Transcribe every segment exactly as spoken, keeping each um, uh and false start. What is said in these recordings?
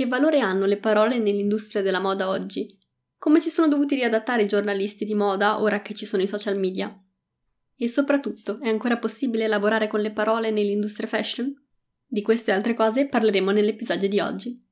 che valore hanno le parole nell'industria della moda oggi? Come si sono dovuti riadattare i giornalisti di moda ora che ci sono i social media? E soprattutto, è ancora possibile lavorare con le parole nell'industria fashion? Di queste e altre cose parleremo nell'episodio di oggi.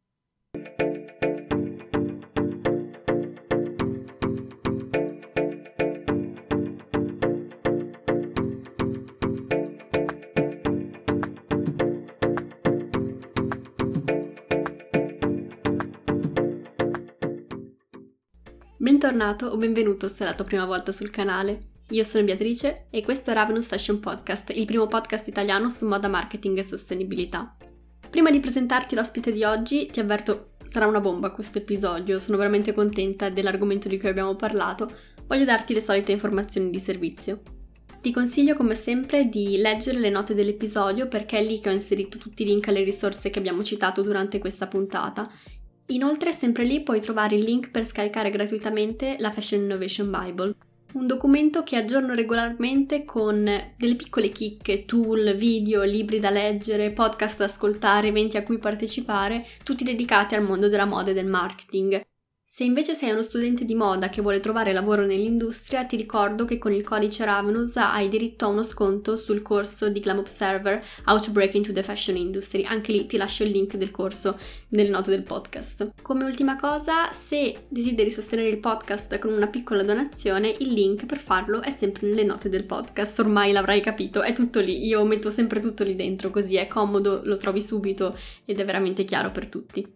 Bentornato o benvenuto se è la tua prima volta sul canale. Io sono Beatrice e questo è Ravenous Fashion Podcast, il primo podcast italiano su moda, marketing e sostenibilità. Prima di presentarti l'ospite di oggi, ti avverto, sarà una bomba questo episodio, sono veramente contenta dell'argomento di cui abbiamo parlato, voglio darti le solite informazioni di servizio. Ti consiglio come sempre di leggere le note dell'episodio perché è lì che ho inserito tutti i link alle risorse che abbiamo citato durante questa puntata. Inoltre, sempre lì puoi trovare il link per scaricare gratuitamente la Fashion Innovation Bible, un documento che aggiorno regolarmente con delle piccole chicche, tool, video, libri da leggere, podcast da ascoltare, eventi a cui partecipare, tutti dedicati al mondo della moda e del marketing. Se invece sei uno studente di moda che vuole trovare lavoro nell'industria, ti ricordo che con il codice Ravenous hai diritto a uno sconto sul corso di Glam Observer How to Break into the Fashion Industry. Anche lì ti lascio il link del corso nelle note del podcast. Come ultima cosa, se desideri sostenere il podcast con una piccola donazione, il link per farlo è sempre nelle note del podcast. Ormai l'avrai capito, è tutto lì. Io metto sempre tutto lì dentro, così è comodo, lo trovi subito ed è veramente chiaro per tutti.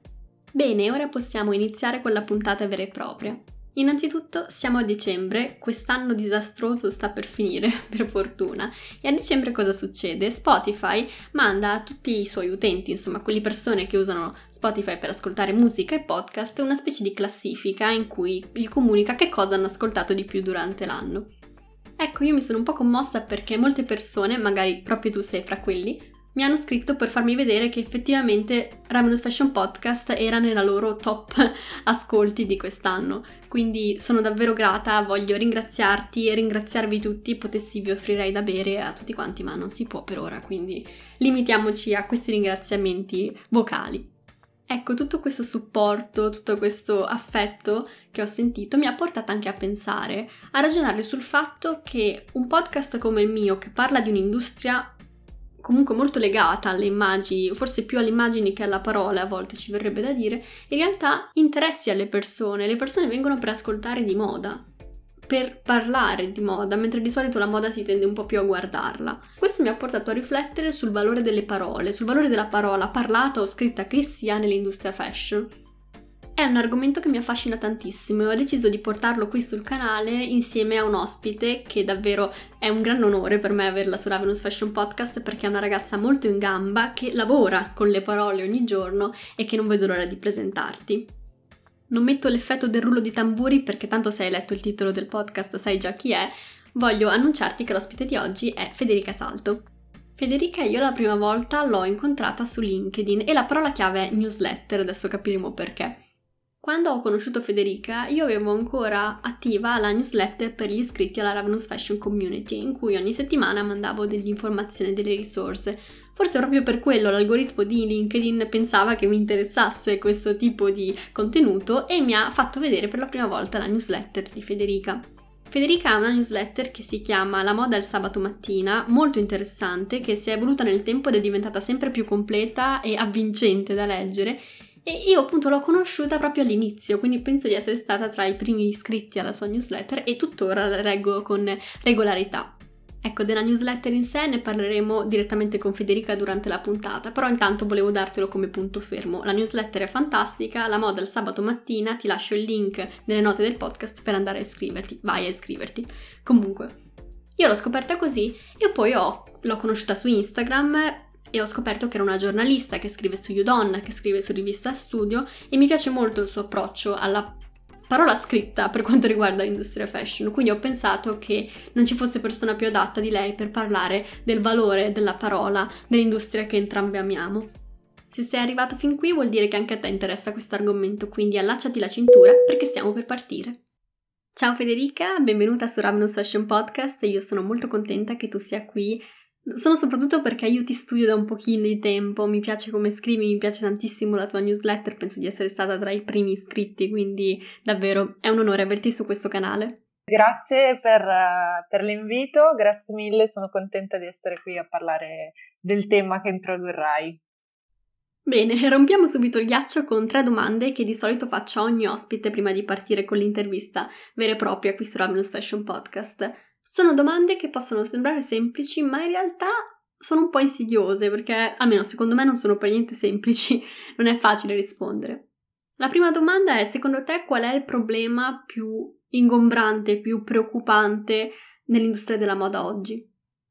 Bene, ora possiamo iniziare con la puntata vera e propria. Innanzitutto siamo a dicembre, quest'anno disastroso sta per finire, per fortuna, e a dicembre cosa succede? Spotify manda a tutti i suoi utenti, insomma, quelle persone che usano Spotify per ascoltare musica e podcast, una specie di classifica in cui gli comunica che cosa hanno ascoltato di più durante l'anno. Ecco, io mi sono un po' commossa perché molte persone, magari proprio tu sei fra quelli, mi hanno scritto per farmi vedere che effettivamente Ravenous Fashion Podcast era nella loro top ascolti di quest'anno. Quindi sono davvero grata, voglio ringraziarti e ringraziarvi tutti. Potessi vi offrirei da bere a tutti quanti, ma non si può per ora, quindi limitiamoci a questi ringraziamenti vocali. Ecco, tutto questo supporto, tutto questo affetto che ho sentito mi ha portato anche a pensare, a ragionare sul fatto che un podcast come il mio, che parla di un'industria comunque molto legata alle immagini, forse più alle immagini che alla parola, a volte ci verrebbe da dire, in realtà interessi alle persone. Le persone vengono per ascoltare di moda, per parlare di moda, mentre di solito la moda si tende un po' più a guardarla. Questo mi ha portato a riflettere sul valore delle parole, sul valore della parola parlata o scritta che sia nell'industria fashion. È un argomento che mi affascina tantissimo e ho deciso di portarlo qui sul canale insieme a un ospite che davvero è un gran onore per me averla su Ravenous Fashion Podcast perché è una ragazza molto in gamba che lavora con le parole ogni giorno e che non vedo l'ora di presentarti. Non metto l'effetto del rullo di tamburi perché tanto se hai letto il titolo del podcast sai già chi è. Voglio annunciarti che l'ospite di oggi è Federica Salto. Federica io la prima volta l'ho incontrata su LinkedIn e la parola chiave è newsletter, adesso capiremo perché. Quando ho conosciuto Federica, io avevo ancora attiva la newsletter per gli iscritti alla Ravenous Fashion Community, in cui ogni settimana mandavo delle informazioni e delle risorse. Forse proprio per quello l'algoritmo di LinkedIn pensava che mi interessasse questo tipo di contenuto e mi ha fatto vedere per la prima volta la newsletter di Federica. Federica ha una newsletter che si chiama La moda il sabato mattina, molto interessante, che si è evoluta nel tempo ed è diventata sempre più completa e avvincente da leggere. E io appunto l'ho conosciuta proprio all'inizio, quindi penso di essere stata tra i primi iscritti alla sua newsletter e tuttora la leggo con regolarità. Ecco, della newsletter in sé ne parleremo direttamente con Federica durante la puntata, però intanto volevo dartelo come punto fermo. La newsletter è fantastica, la moda il sabato mattina, ti lascio il link nelle note del podcast per andare a iscriverti, vai a iscriverti. Comunque, io l'ho scoperta così e poi ho, l'ho conosciuta su Instagram e ho scoperto che era una giornalista che scrive su YouDon, che scrive su Rivista Studio e mi piace molto il suo approccio alla parola scritta per quanto riguarda l'industria fashion, quindi ho pensato che non ci fosse persona più adatta di lei per parlare del valore della parola dell'industria che entrambe amiamo. Se sei arrivato fin qui vuol dire che anche a te interessa questo argomento, quindi allacciati la cintura perché stiamo per partire. Ciao Federica, benvenuta su Ravenous Fashion Podcast, io sono molto contenta che tu sia qui Sono soprattutto perché io ti studio da un pochino di tempo, mi piace come scrivi, mi piace tantissimo la tua newsletter, penso di essere stata tra i primi iscritti, quindi davvero è un onore averti su questo canale. Grazie per, uh, per l'invito, grazie mille, sono contenta di essere qui a parlare del tema che introdurrai. Bene, rompiamo subito il ghiaccio con tre domande che di solito faccio a ogni ospite prima di partire con l'intervista vera e propria qui su Ravenous Fashion Podcast. Sono domande che possono sembrare semplici, ma in realtà sono un po' insidiose perché, almeno secondo me, non sono per niente semplici, non è facile rispondere. La prima domanda è, secondo te, qual è il problema più ingombrante, più preoccupante nell'industria della moda oggi?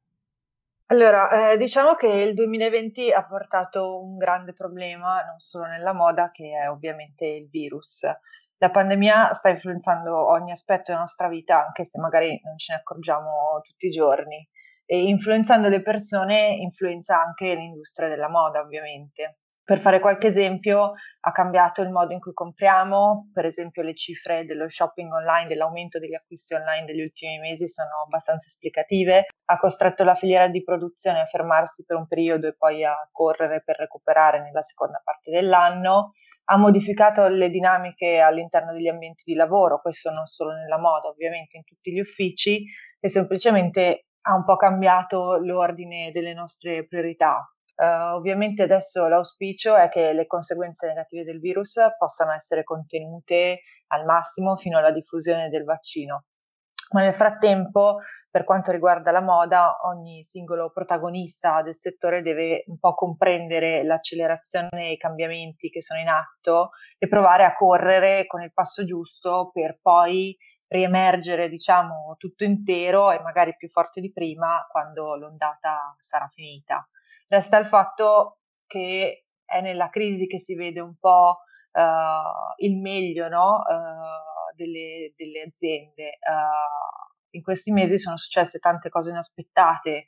Allora, eh, diciamo che il duemilaventi ha portato un grande problema, non solo nella moda, che è ovviamente il virus. La pandemia sta influenzando ogni aspetto della nostra vita, anche se magari non ce ne accorgiamo tutti i giorni. E influenzando le persone, influenza anche l'industria della moda, ovviamente. Per fare qualche esempio, ha cambiato il modo in cui compriamo, per esempio le cifre dello shopping online, dell'aumento degli acquisti online degli ultimi mesi sono abbastanza esplicative, ha costretto la filiera di produzione a fermarsi per un periodo e poi a correre per recuperare nella seconda parte dell'anno, ha modificato le dinamiche all'interno degli ambienti di lavoro, questo non solo nella moda, ovviamente in tutti gli uffici, e semplicemente ha un po' cambiato l'ordine delle nostre priorità. Uh, ovviamente adesso l'auspicio è che le conseguenze negative del virus possano essere contenute al massimo fino alla diffusione del vaccino. Ma nel frattempo, per quanto riguarda la moda, ogni singolo protagonista del settore deve un po' comprendere l'accelerazione e i cambiamenti che sono in atto e provare a correre con il passo giusto per poi riemergere, diciamo, tutto intero e magari più forte di prima quando l'ondata sarà finita. Resta il fatto che è nella crisi che si vede un po' uh, il meglio, no? uh, delle, delle aziende. Uh, in questi mesi sono successe tante cose inaspettate,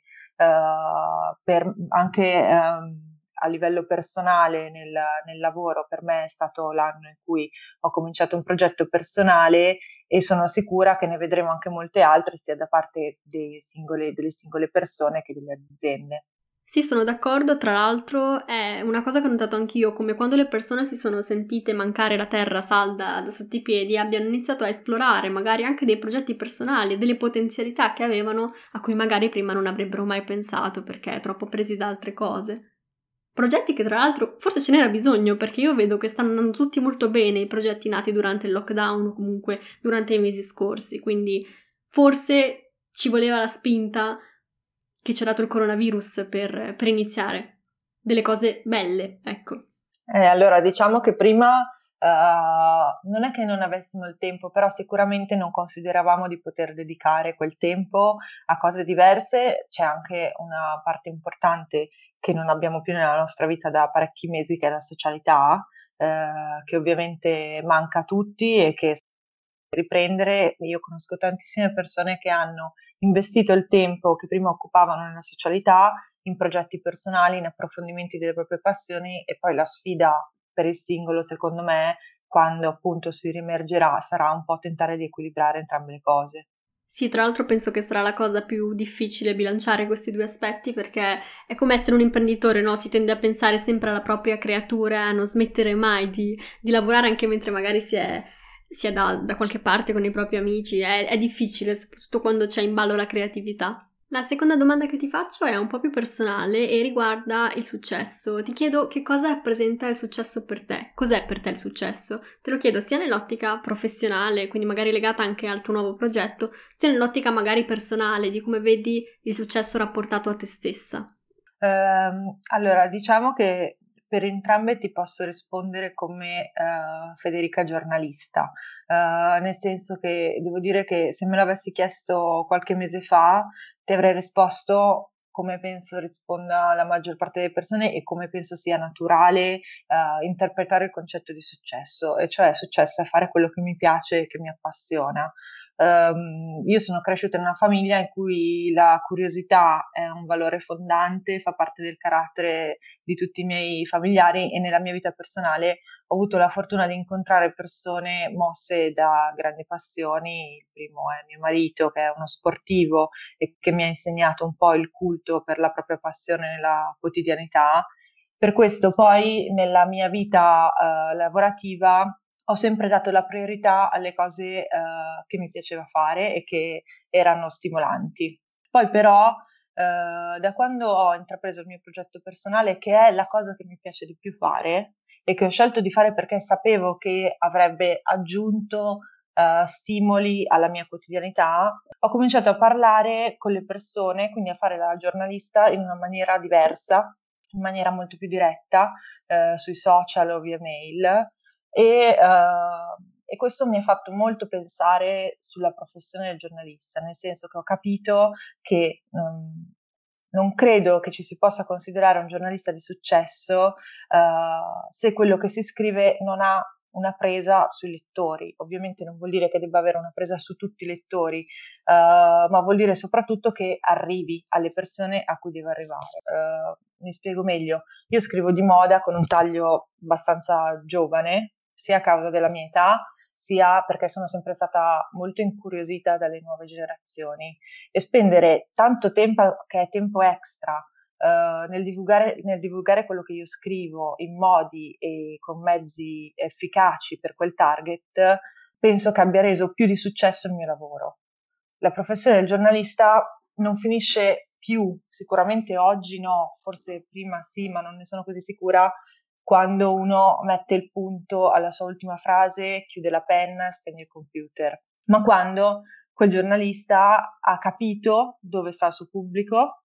uh, per, anche um, a livello personale nel, nel lavoro. Per me è stato l'anno in cui ho cominciato un progetto personale e sono sicura che ne vedremo anche molte altre, sia da parte dei singole, delle singole persone che delle aziende. Sì, sono d'accordo, tra l'altro è una cosa che ho notato anch'io, come quando le persone si sono sentite mancare la terra salda da sotto i piedi, abbiano iniziato a esplorare magari anche dei progetti personali, delle potenzialità che avevano a cui magari prima non avrebbero mai pensato perché troppo presi da altre cose. Progetti che tra l'altro forse ce n'era bisogno, perché io vedo che stanno andando tutti molto bene i progetti nati durante il lockdown o comunque durante i mesi scorsi, quindi forse ci voleva la spinta che ci ha dato il coronavirus per, per iniziare delle cose belle, ecco. Eh, allora, diciamo che prima uh, non è che non avessimo il tempo, però sicuramente non consideravamo di poter dedicare quel tempo a cose diverse. C'è anche una parte importante che non abbiamo più nella nostra vita da parecchi mesi, che è la socialità, eh, che ovviamente manca a tutti e che riprendere. Io conosco tantissime persone che hanno investito il tempo che prima occupavano nella socialità in progetti personali, in approfondimenti delle proprie passioni, e poi la sfida per il singolo, secondo me, quando appunto si riemergerà, sarà un po' tentare di equilibrare entrambe le cose. Sì, tra l'altro penso che sarà la cosa più difficile bilanciare questi due aspetti, perché è come essere un imprenditore, no? Si tende a pensare sempre alla propria creatura, a non smettere mai di, di lavorare anche mentre magari si è, si è da, da qualche parte con i propri amici. È, è difficile, soprattutto quando c'è in ballo la creatività. La seconda domanda che ti faccio è un po' più personale e riguarda il successo. Ti chiedo che cosa rappresenta il successo per te. Cos'è per te il successo? Te lo chiedo sia nell'ottica professionale, quindi magari legata anche al tuo nuovo progetto, sia nell'ottica magari personale, di come vedi il successo rapportato a te stessa. Um, allora, diciamo che per entrambe ti posso rispondere come uh, Federica giornalista, uh, nel senso che devo dire che se me l'avessi chiesto qualche mese fa ti avrei risposto come penso risponda la maggior parte delle persone e come penso sia naturale uh, interpretare il concetto di successo, e cioè successo è fare quello che mi piace e che mi appassiona. Um, io sono cresciuta in una famiglia in cui la curiosità è un valore fondante, fa parte del carattere di tutti i miei familiari, e nella mia vita personale ho avuto la fortuna di incontrare persone mosse da grandi passioni. Il primo è mio marito, che è uno sportivo e che mi ha insegnato un po' il culto per la propria passione nella quotidianità. Per questo poi nella mia vita uh, lavorativa ho sempre dato la priorità alle cose uh, che mi piaceva fare e che erano stimolanti. Poi però uh, da quando ho intrapreso il mio progetto personale, che è la cosa che mi piace di più fare e che ho scelto di fare perché sapevo che avrebbe aggiunto uh, stimoli alla mia quotidianità, ho cominciato a parlare con le persone, quindi a fare la giornalista in una maniera diversa, in maniera molto più diretta, uh, sui social o via mail. E, uh, e questo mi ha fatto molto pensare sulla professione del giornalista, nel senso che ho capito che um, non credo che ci si possa considerare un giornalista di successo uh, se quello che si scrive non ha una presa sui lettori. Ovviamente non vuol dire che debba avere una presa su tutti i lettori, uh, ma vuol dire soprattutto che arrivi alle persone a cui deve arrivare. Uh, mi spiego meglio. Io scrivo di moda con un taglio abbastanza giovane, sia a causa della mia età, sia perché sono sempre stata molto incuriosita dalle nuove generazioni, e spendere tanto tempo, che è tempo extra, uh, nel divulgare, nel divulgare quello che io scrivo in modi e con mezzi efficaci per quel target, penso che abbia reso più di successo il mio lavoro. La professione del giornalista non finisce più, sicuramente oggi no, forse prima sì, ma non ne sono così sicura, quando uno mette il punto alla sua ultima frase, chiude la penna, spegne il computer, ma quando quel giornalista ha capito dove sta il suo pubblico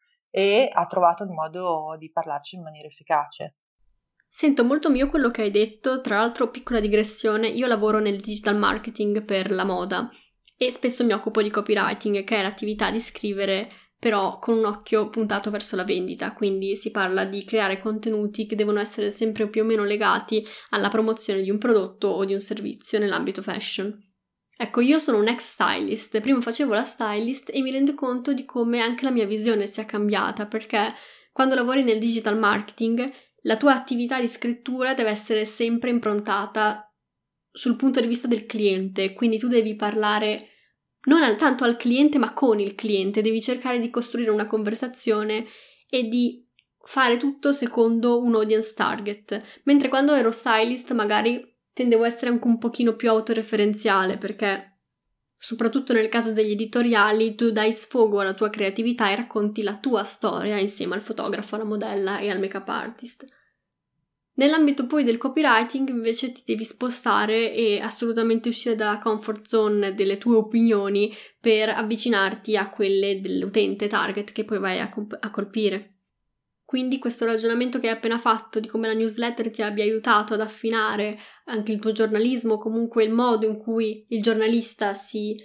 e ha trovato il modo di parlarci in maniera efficace. Sento molto mio quello che hai detto. Tra l'altro, piccola digressione, io lavoro nel digital marketing per la moda e spesso mi occupo di copywriting, che è l'attività di scrivere però con un occhio puntato verso la vendita, quindi si parla di creare contenuti che devono essere sempre più o meno legati alla promozione di un prodotto o di un servizio nell'ambito fashion. Ecco, io sono un ex stylist, prima facevo la stylist e mi rendo conto di come anche la mia visione sia cambiata, perché quando lavori nel digital marketing la tua attività di scrittura deve essere sempre improntata sul punto di vista del cliente, quindi tu devi parlare non tanto al cliente ma con il cliente, devi cercare di costruire una conversazione e di fare tutto secondo un audience target, mentre quando ero stylist magari tendevo a essere anche un pochino più autoreferenziale, perché soprattutto nel caso degli editoriali tu dai sfogo alla tua creatività e racconti la tua storia insieme al fotografo, alla modella e al make-up artist. Nell'ambito poi del copywriting invece ti devi spostare e assolutamente uscire dalla comfort zone delle tue opinioni per avvicinarti a quelle dell'utente target che poi vai a, comp- a colpire. Quindi questo ragionamento che hai appena fatto di come la newsletter ti abbia aiutato ad affinare anche il tuo giornalismo, comunque il modo in cui il giornalista si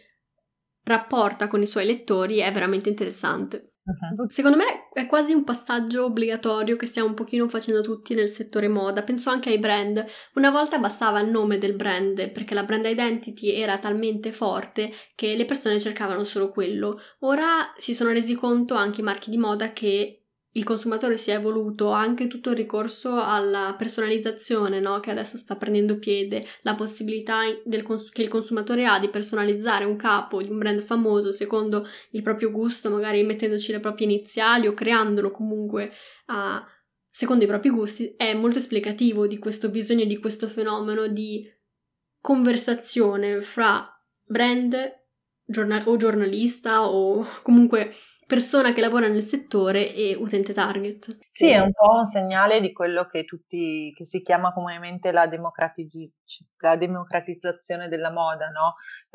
rapporta con i suoi lettori, è veramente interessante. Uh-huh. Secondo me è quasi un passaggio obbligatorio che stiamo un pochino facendo tutti nel settore moda. Penso anche ai brand. Una volta bastava il nome del brand perché la brand identity era talmente forte che le persone cercavano solo quello. Ora si sono resi conto anche i marchi di moda che il consumatore si è evoluto, anche tutto il ricorso alla personalizzazione, no? Che adesso sta prendendo piede, la possibilità del cons- che il consumatore ha di personalizzare un capo di un brand famoso secondo il proprio gusto, magari mettendoci le proprie iniziali o creandolo comunque a, secondo i propri gusti, è molto esplicativo di questo bisogno, di questo fenomeno di conversazione fra brand giornal- o giornalista o comunque persona che lavora nel settore e utente target. Sì, è un po' un segnale di quello che tutti, che si chiama comunemente la, democratici- la democratizzazione della moda, no?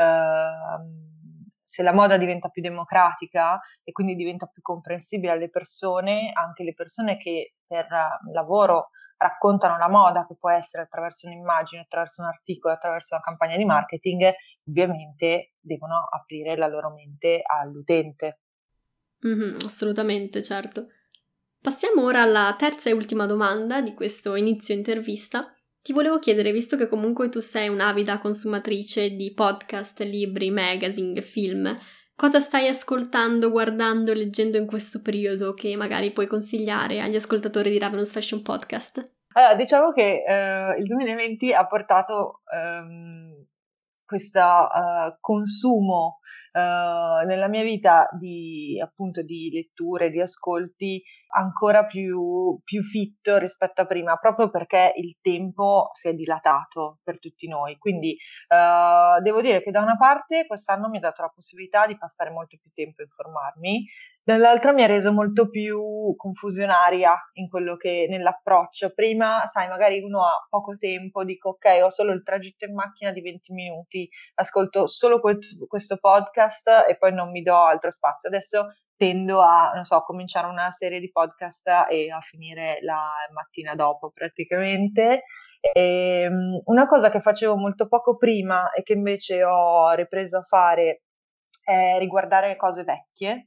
Uh, se la moda diventa più democratica e quindi diventa più comprensibile alle persone, anche le persone che per lavoro raccontano la moda, che può essere attraverso un'immagine, attraverso un articolo, attraverso una campagna di marketing, ovviamente devono aprire la loro mente all'utente. Mm-hmm, assolutamente, certo. Passiamo ora alla terza e ultima domanda di questo inizio intervista, Ti volevo chiedere, visto che comunque tu sei un'avida consumatrice di podcast, libri, magazine, film, cosa stai ascoltando, guardando, leggendo in questo periodo che magari puoi consigliare agli ascoltatori di Ravenous Fashion Podcast? Allora, diciamo che eh, il duemilaventi ha portato ehm, questo uh, consumo uh, nella mia vita di appunto di letture, di ascolti ancora più, più fitto rispetto a prima, proprio perché il tempo si è dilatato per tutti noi. Quindi uh, devo dire che da una parte quest'anno mi ha dato la possibilità di passare molto più tempo a informarmi, dall'altra mi ha reso molto più confusionaria in quello che nell'approccio. Prima, sai, magari uno ha poco tempo, dico ok, ho solo il tragitto in macchina di venti minuti, ascolto solo que- questo podcast e poi non mi do altro spazio. Adesso tendo a, non so, cominciare una serie di podcast e a finire la mattina dopo praticamente. E, um, una cosa che facevo molto poco prima e che invece ho ripreso a fare è riguardare cose vecchie.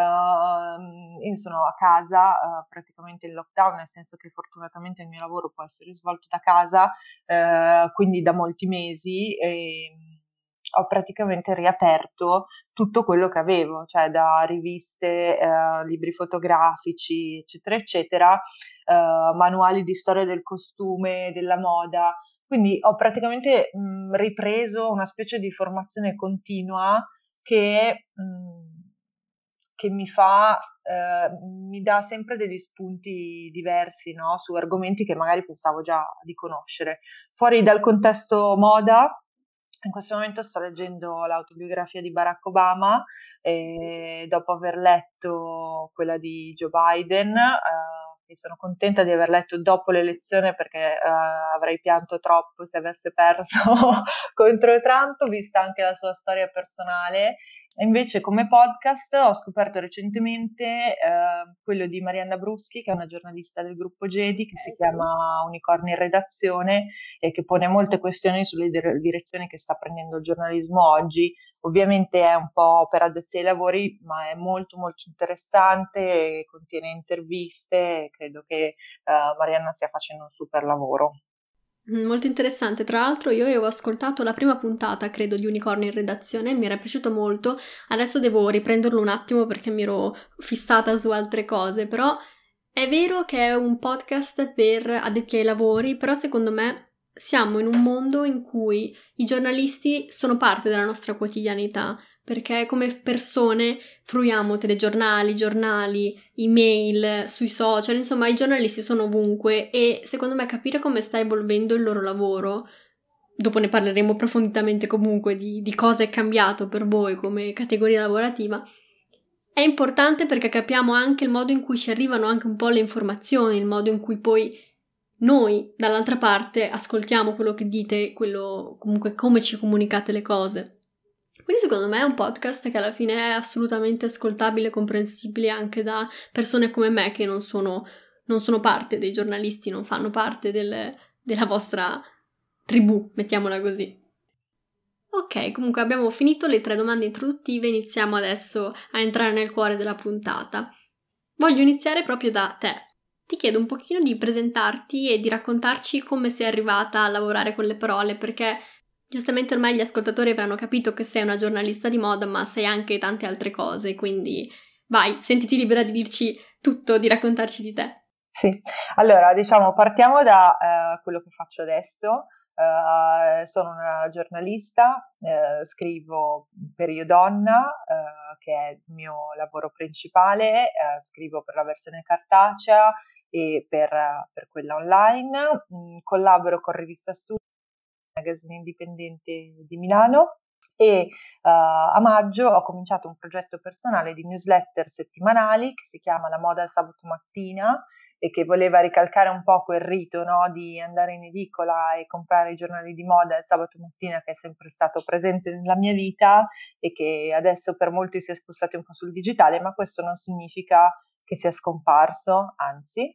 Uh, io sono a casa uh, praticamente in lockdown, nel senso che fortunatamente il mio lavoro può essere svolto da casa, uh, quindi da molti mesi, e ho praticamente riaperto tutto quello che avevo, cioè da riviste, uh, libri fotografici, eccetera, eccetera, uh, manuali di storia del costume, della moda. Quindi ho praticamente mh, ripreso una specie di formazione continua che, mh, che mi fa, eh, mi dà sempre degli spunti diversi, no? Su argomenti che magari pensavo già di conoscere. Fuori dal contesto moda, in questo momento sto leggendo l'autobiografia di Barack Obama e dopo aver letto quella di Joe Biden, eh, sono contenta di aver letto dopo l'elezione perché eh, avrei pianto troppo se avesse perso contro Trump, vista anche la sua storia personale. E invece come podcast ho scoperto recentemente eh, quello di Marianna Bruschi, che è una giornalista del gruppo Gedi, che si chiama Unicorni in redazione e che pone molte questioni sulle dire- direzioni che sta prendendo il giornalismo oggi. Ovviamente è un po' per addetti ai lavori, ma è molto molto interessante, e contiene interviste e credo che eh, Marianna stia facendo un super lavoro. Molto interessante, tra l'altro io avevo ascoltato la prima puntata, credo, di Unicorni in redazione, mi era piaciuto molto, adesso devo riprenderlo un attimo perché mi ero fissata su altre cose, però è vero che è un podcast per addetti ai lavori, però secondo me siamo in un mondo in cui i giornalisti sono parte della nostra quotidianità, perché come persone fruiamo telegiornali, giornali, email, sui social, insomma i giornalisti sono ovunque e secondo me capire come sta evolvendo il loro lavoro, dopo ne parleremo approfonditamente comunque di, di cosa è cambiato per voi come categoria lavorativa, è importante perché capiamo anche il modo in cui ci arrivano anche un po' le informazioni, il modo in cui poi noi dall'altra parte ascoltiamo quello che dite, quello comunque come ci comunicate le cose. Quindi secondo me è un podcast che alla fine è assolutamente ascoltabile e comprensibile anche da persone come me che non sono, non sono parte dei giornalisti, non fanno parte del, della vostra tribù, mettiamola così. Ok, comunque abbiamo finito le tre domande introduttive, iniziamo adesso a entrare nel cuore della puntata. Voglio iniziare proprio da te. Ti chiedo un pochino di presentarti e di raccontarci come sei arrivata a lavorare con le parole, perché giustamente ormai gli ascoltatori avranno capito che sei una giornalista di moda, ma sei anche tante altre cose, quindi vai, sentiti libera di dirci tutto, di raccontarci di te. Sì, allora diciamo partiamo da eh, quello che faccio adesso. Uh, sono una giornalista, uh, scrivo per Io Donna, uh, che è il mio lavoro principale, uh, scrivo per la versione cartacea e per, uh, per quella online, mm, collaboro con Rivista Studio, magazine indipendente di Milano, e uh, a maggio ho cominciato un progetto personale di newsletter settimanali che si chiama La Moda il Sabato Mattina, e che voleva ricalcare un po' quel rito, no, di andare in edicola e comprare i giornali di moda il sabato mattina, che è sempre stato presente nella mia vita e che adesso per molti si è spostato un po' sul digitale, ma questo non significa che sia scomparso, anzi.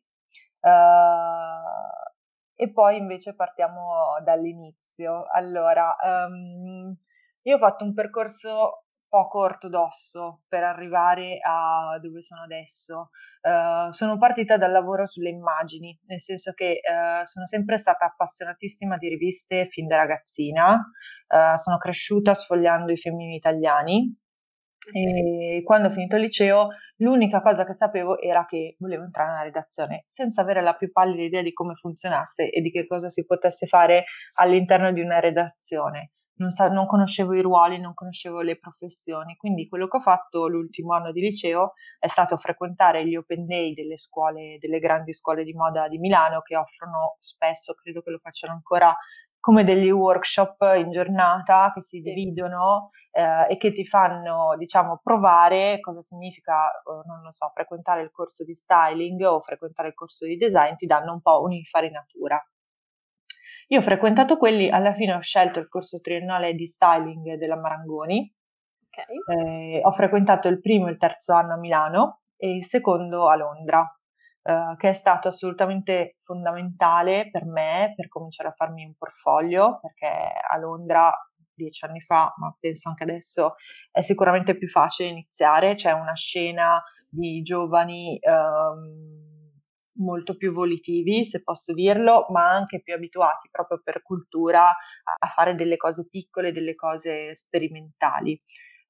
Uh, e poi invece partiamo dall'inizio. Allora, um, io ho fatto un percorso poco ortodosso per arrivare a dove sono adesso. Uh, sono partita dal lavoro sulle immagini, nel senso che uh, sono sempre stata appassionatissima di riviste fin da ragazzina, uh, sono cresciuta sfogliando i Femmini Italiani e quando ho finito il liceo l'unica cosa che sapevo era che volevo entrare nella redazione, senza avere la più pallida idea di come funzionasse e di che cosa si potesse fare all'interno di una redazione. Non, sa- non conoscevo i ruoli, non conoscevo le professioni, quindi quello che ho fatto l'ultimo anno di liceo è stato frequentare gli open day delle scuole, delle grandi scuole di moda di Milano che offrono spesso, credo che lo facciano ancora, come degli workshop in giornata che si dividono eh, e che ti fanno, diciamo, provare cosa significa, eh, non lo so, frequentare il corso di styling o frequentare il corso di design, ti danno un po' un'infarinatura. Io ho frequentato quelli, alla fine ho scelto il corso triennale di styling della Marangoni, Okay. eh, ho frequentato il primo e il terzo anno a Milano e il secondo a Londra, eh, che è stato assolutamente fondamentale per me per cominciare a farmi un portfolio, perché a Londra dieci anni fa, ma penso anche adesso, è sicuramente più facile iniziare, c'è una scena di giovani ehm, molto più volitivi, se posso dirlo, ma anche più abituati proprio per cultura a, a fare delle cose piccole, delle cose sperimentali.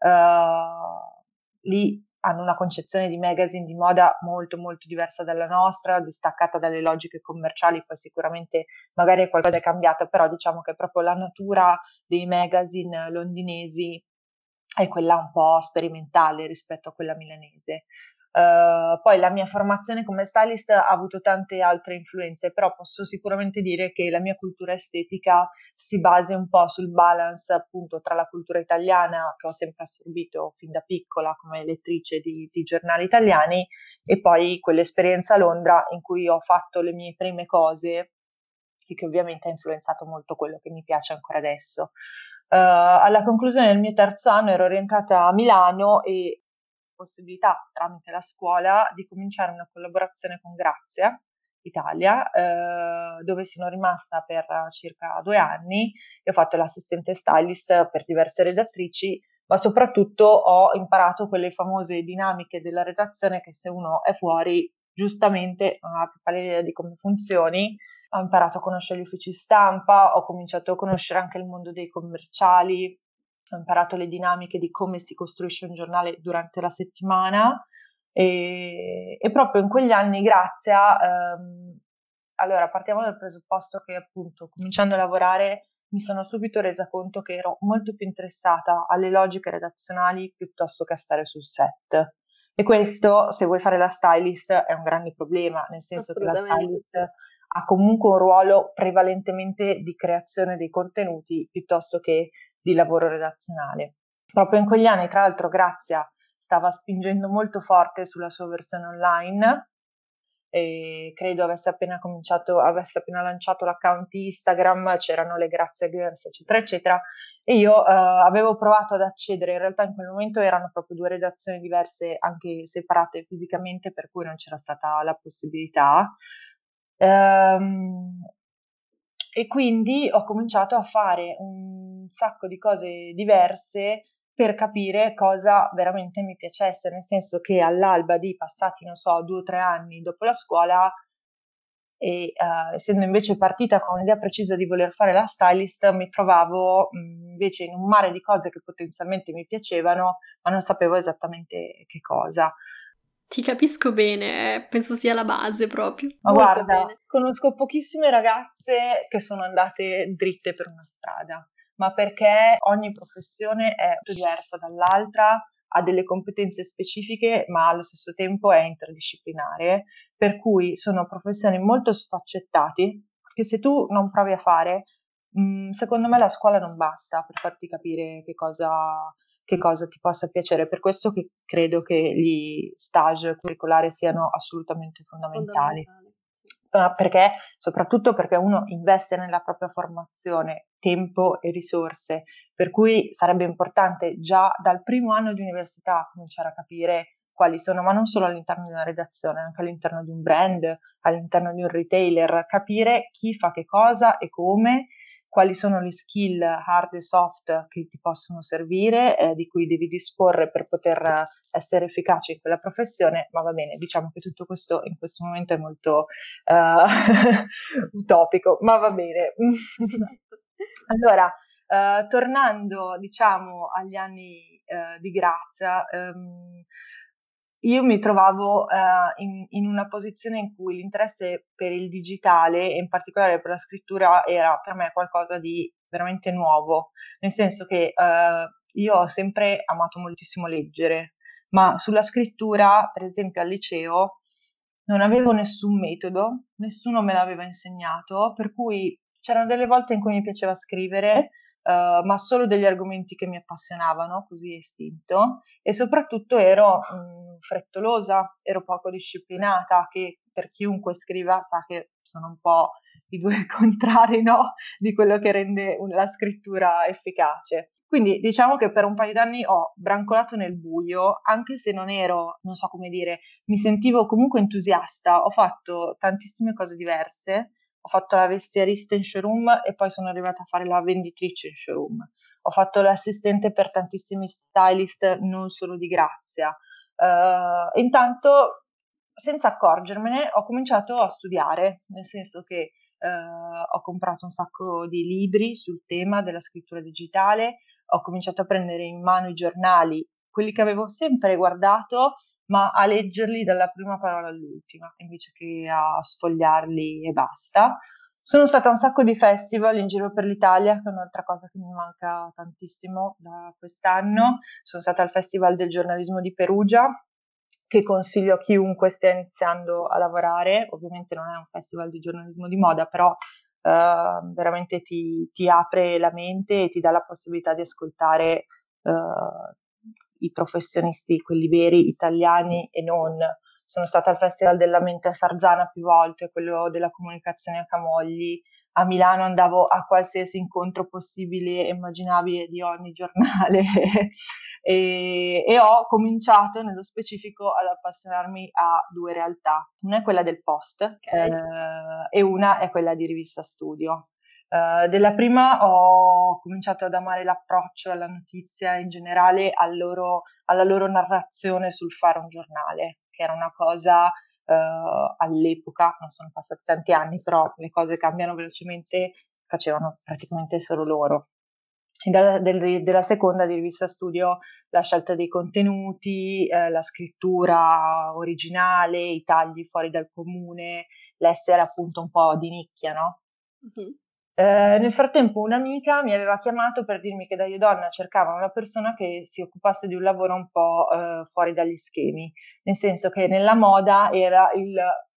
Uh, lì hanno una concezione di magazine di moda molto molto diversa dalla nostra, distaccata dalle logiche commerciali, poi sicuramente magari qualcosa è cambiato, però diciamo che proprio la natura dei magazine londinesi è quella un po' sperimentale rispetto a quella milanese. Uh, poi la mia formazione come stylist ha avuto tante altre influenze, però posso sicuramente dire che la mia cultura estetica si basa un po' sul balance appunto tra la cultura italiana che ho sempre assorbito fin da piccola come lettrice di, di giornali italiani e poi quell'esperienza a Londra in cui ho fatto le mie prime cose e che ovviamente ha influenzato molto quello che mi piace ancora adesso. Uh, alla conclusione del mio terzo anno ero rientrata a Milano e possibilità tramite la scuola di cominciare una collaborazione con Grazia Italia, eh, dove sono rimasta per circa due anni e ho fatto l'assistente stylist per diverse redattrici, ma soprattutto ho imparato quelle famose dinamiche della redazione che se uno è fuori giustamente non ha la più pallida idea di come funzioni. Ho imparato a conoscere gli uffici stampa, ho cominciato a conoscere anche il mondo dei commerciali, ho imparato le dinamiche di come si costruisce un giornale durante la settimana e, e proprio in quegli anni, Grazia, ehm, allora partiamo dal presupposto che appunto cominciando a lavorare mi sono subito resa conto che ero molto più interessata alle logiche redazionali piuttosto che a stare sul set. E questo, se vuoi fare la stylist, è un grande problema, nel senso che la stylist Sì. ha comunque un ruolo prevalentemente di creazione dei contenuti piuttosto che di lavoro redazionale. Proprio in quegli anni, tra l'altro, Grazia stava spingendo molto forte sulla sua versione online e credo avesse appena cominciato, avesse appena lanciato l'account Instagram, c'erano le Grazia Girls, eccetera, eccetera, e io eh, avevo provato ad accedere, in realtà in quel momento erano proprio due redazioni diverse, anche separate fisicamente, per cui non c'era stata la possibilità. Ehm, e quindi ho cominciato a fare un sacco di cose diverse per capire cosa veramente mi piacesse, nel senso che all'alba di passati, non so, due o tre anni dopo la scuola e uh, essendo invece partita con l'idea precisa di voler fare la stylist, mi trovavo mh, invece in un mare di cose che potenzialmente mi piacevano, ma non sapevo esattamente che cosa. Ti capisco bene, eh, penso sia la base proprio. Ma Molto guarda, bene. conosco pochissime ragazze che sono andate dritte per una strada, ma perché ogni professione è diversa dall'altra, ha delle competenze specifiche, ma allo stesso tempo è interdisciplinare, per cui sono professioni molto sfaccettate che se tu non provi a fare, mh, secondo me la scuola non basta per farti capire che cosa, che cosa ti possa piacere. Per questo che credo che gli stage curricolari siano assolutamente fondamentali. Fondamentale. Uh, perché, soprattutto perché uno investe nella propria formazione tempo e risorse, per cui sarebbe importante già dal primo anno di università cominciare a capire quali sono, ma non solo all'interno di una redazione, anche all'interno di un brand, all'interno di un retailer, capire chi fa che cosa e come quali sono le skill hard e soft che ti possono servire, eh, di cui devi disporre per poter essere efficace in quella professione, ma va bene, diciamo che tutto questo in questo momento è molto uh, utopico, ma va bene. Allora, uh, tornando diciamo agli anni uh, di Grazia, um, io mi trovavo uh, in, in una posizione in cui l'interesse per il digitale e in particolare per la scrittura era per me qualcosa di veramente nuovo, nel senso che uh, io ho sempre amato moltissimo leggere, ma sulla scrittura, per esempio al liceo, non avevo nessun metodo, nessuno me l'aveva insegnato, per cui c'erano delle volte in cui mi piaceva scrivere, uh, ma solo degli argomenti che mi appassionavano, così istinto, e soprattutto ero mh, frettolosa, ero poco disciplinata, che per chiunque scriva sa che sono un po' i due contrari, no? Di quello che rende la scrittura efficace. Quindi diciamo che per un paio d'anni ho brancolato nel buio, anche se non ero, non so come dire, mi sentivo comunque entusiasta, ho fatto tantissime cose diverse, ho fatto la vestiarista in showroom e poi sono arrivata a fare la venditrice in showroom, ho fatto l'assistente per tantissimi stylist, non solo di Grazia. Uh, intanto, senza accorgermene, ho cominciato a studiare, nel senso che uh, ho comprato un sacco di libri sul tema della scrittura digitale, ho cominciato a prendere in mano i giornali, quelli che avevo sempre guardato, ma a leggerli dalla prima parola all'ultima, invece che a sfogliarli e basta. Sono stata a un sacco di festival in giro per l'Italia, che è un'altra cosa che mi manca tantissimo da quest'anno. Sono stata al Festival del giornalismo di Perugia, che consiglio a chiunque stia iniziando a lavorare. Ovviamente non è un festival di giornalismo di moda, però Uh, veramente ti, ti apre la mente e ti dà la possibilità di ascoltare uh, i professionisti, quelli veri, italiani e non. Sono stata al Festival della Mente a Sarzana più volte, quello della comunicazione a Camogli. A Milano andavo a qualsiasi incontro possibile e immaginabile di ogni giornale e, e ho cominciato nello specifico ad appassionarmi a due realtà. Una è quella del Post, okay, eh, e una è quella di Rivista Studio. Uh, della prima ho cominciato ad amare l'approccio alla notizia in generale, al loro, alla loro narrazione sul fare un giornale, che era una cosa Uh, all'epoca, non sono passati tanti anni, però le cose cambiano velocemente, facevano praticamente solo loro. E dalla, del, della seconda di Rivista Studio la scelta dei contenuti, eh, la scrittura originale, i tagli fuori dal comune, l'essere appunto un po' di nicchia, no? Mm-hmm. Eh, nel frattempo un'amica mi aveva chiamato per dirmi che da Io Donna cercavano una persona che si occupasse di un lavoro un po' eh, fuori dagli schemi, nel senso che nella moda era il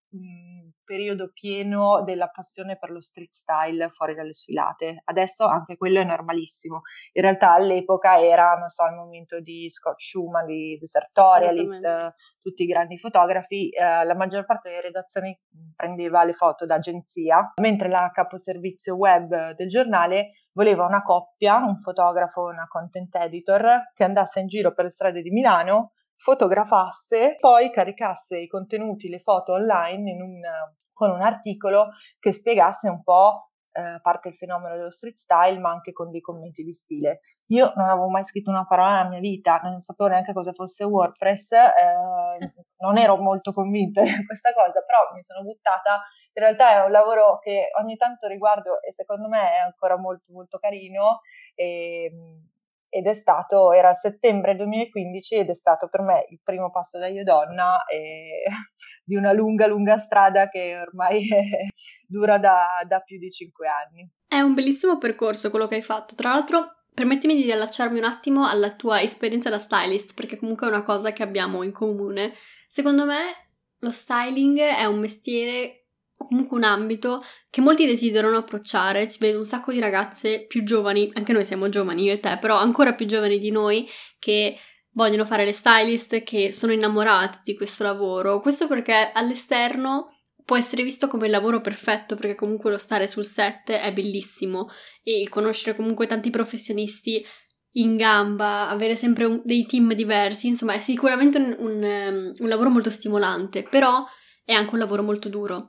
mh, periodo pieno della passione per lo street style fuori dalle sfilate. Adesso anche quello è normalissimo. In realtà all'epoca era, non so, il momento di Scott Schumann, di, di Sartorialist, eh, tutti i grandi fotografi. Eh, la maggior parte delle redazioni prendeva le foto d'agenzia, mentre la caposervizio web del giornale voleva una coppia, un fotografo e una content editor, che andasse in giro per le strade di Milano, fotografasse, poi caricasse i contenuti, le foto online in un, con un articolo che spiegasse un po' eh, a parte il fenomeno dello street style, ma anche con dei commenti di stile. Io non avevo mai scritto una parola nella mia vita, non sapevo neanche cosa fosse WordPress, eh, non ero molto convinta di questa cosa, però mi sono buttata. In realtà è un lavoro che ogni tanto riguardo e secondo me è ancora molto molto carino, e, ed è stato, era settembre duemilaquindici ed è stato per me il primo passo da Io Donna e, di una lunga lunga strada che ormai è, dura da, da più di cinque anni. È un bellissimo percorso quello che hai fatto, tra l'altro. Permettimi di riallacciarmi un attimo alla tua esperienza da stylist, perché comunque è una cosa che abbiamo in comune. Secondo me lo styling è un mestiere, o comunque un ambito, che molti desiderano approcciare. Ci vedo un sacco di ragazze più giovani, anche noi siamo giovani, io e te, però ancora più giovani di noi, che vogliono fare le stylist, che sono innamorati di questo lavoro. Questo perché all'esterno può essere visto come il lavoro perfetto, perché comunque lo stare sul set è bellissimo e conoscere comunque tanti professionisti in gamba, avere sempre un, dei team diversi, insomma è sicuramente un, un, um, un lavoro molto stimolante, però è anche un lavoro molto duro.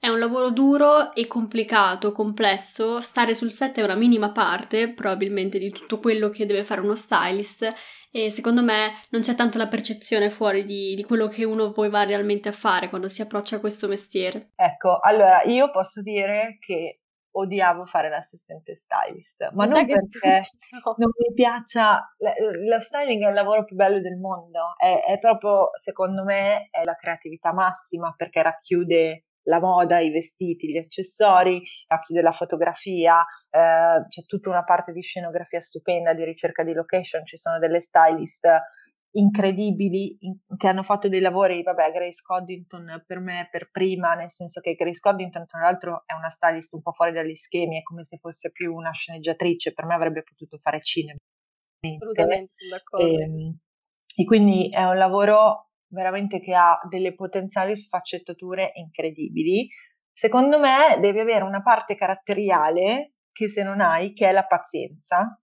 è un lavoro duro e complicato, complesso. Stare sul set è una minima parte, probabilmente, di tutto quello che deve fare uno stylist, e secondo me non c'è tanto la percezione fuori di, di quello che uno poi va realmente a fare quando si approccia a questo mestiere. Ecco, allora io posso dire che odiavo fare l'assistente stylist, ma non perché no. non mi piaccia, lo styling è il lavoro più bello del mondo, è, è proprio, secondo me, è la creatività massima, perché racchiude la moda, i vestiti, gli accessori, racchiude la fotografia, eh, c'è tutta una parte di scenografia stupenda, di ricerca di location, ci sono delle stylist incredibili in, che hanno fatto dei lavori, vabbè, Grace Coddington per me per prima, nel senso che Grace Coddington tra l'altro è una stylist un po' fuori dagli schemi, è come se fosse più una sceneggiatrice, per me avrebbe potuto fare cinema. Assolutamente, sono d'accordo. E, e quindi è un lavoro veramente che ha delle potenziali sfaccettature incredibili. Secondo me devi avere una parte caratteriale che se non hai, che è la pazienza,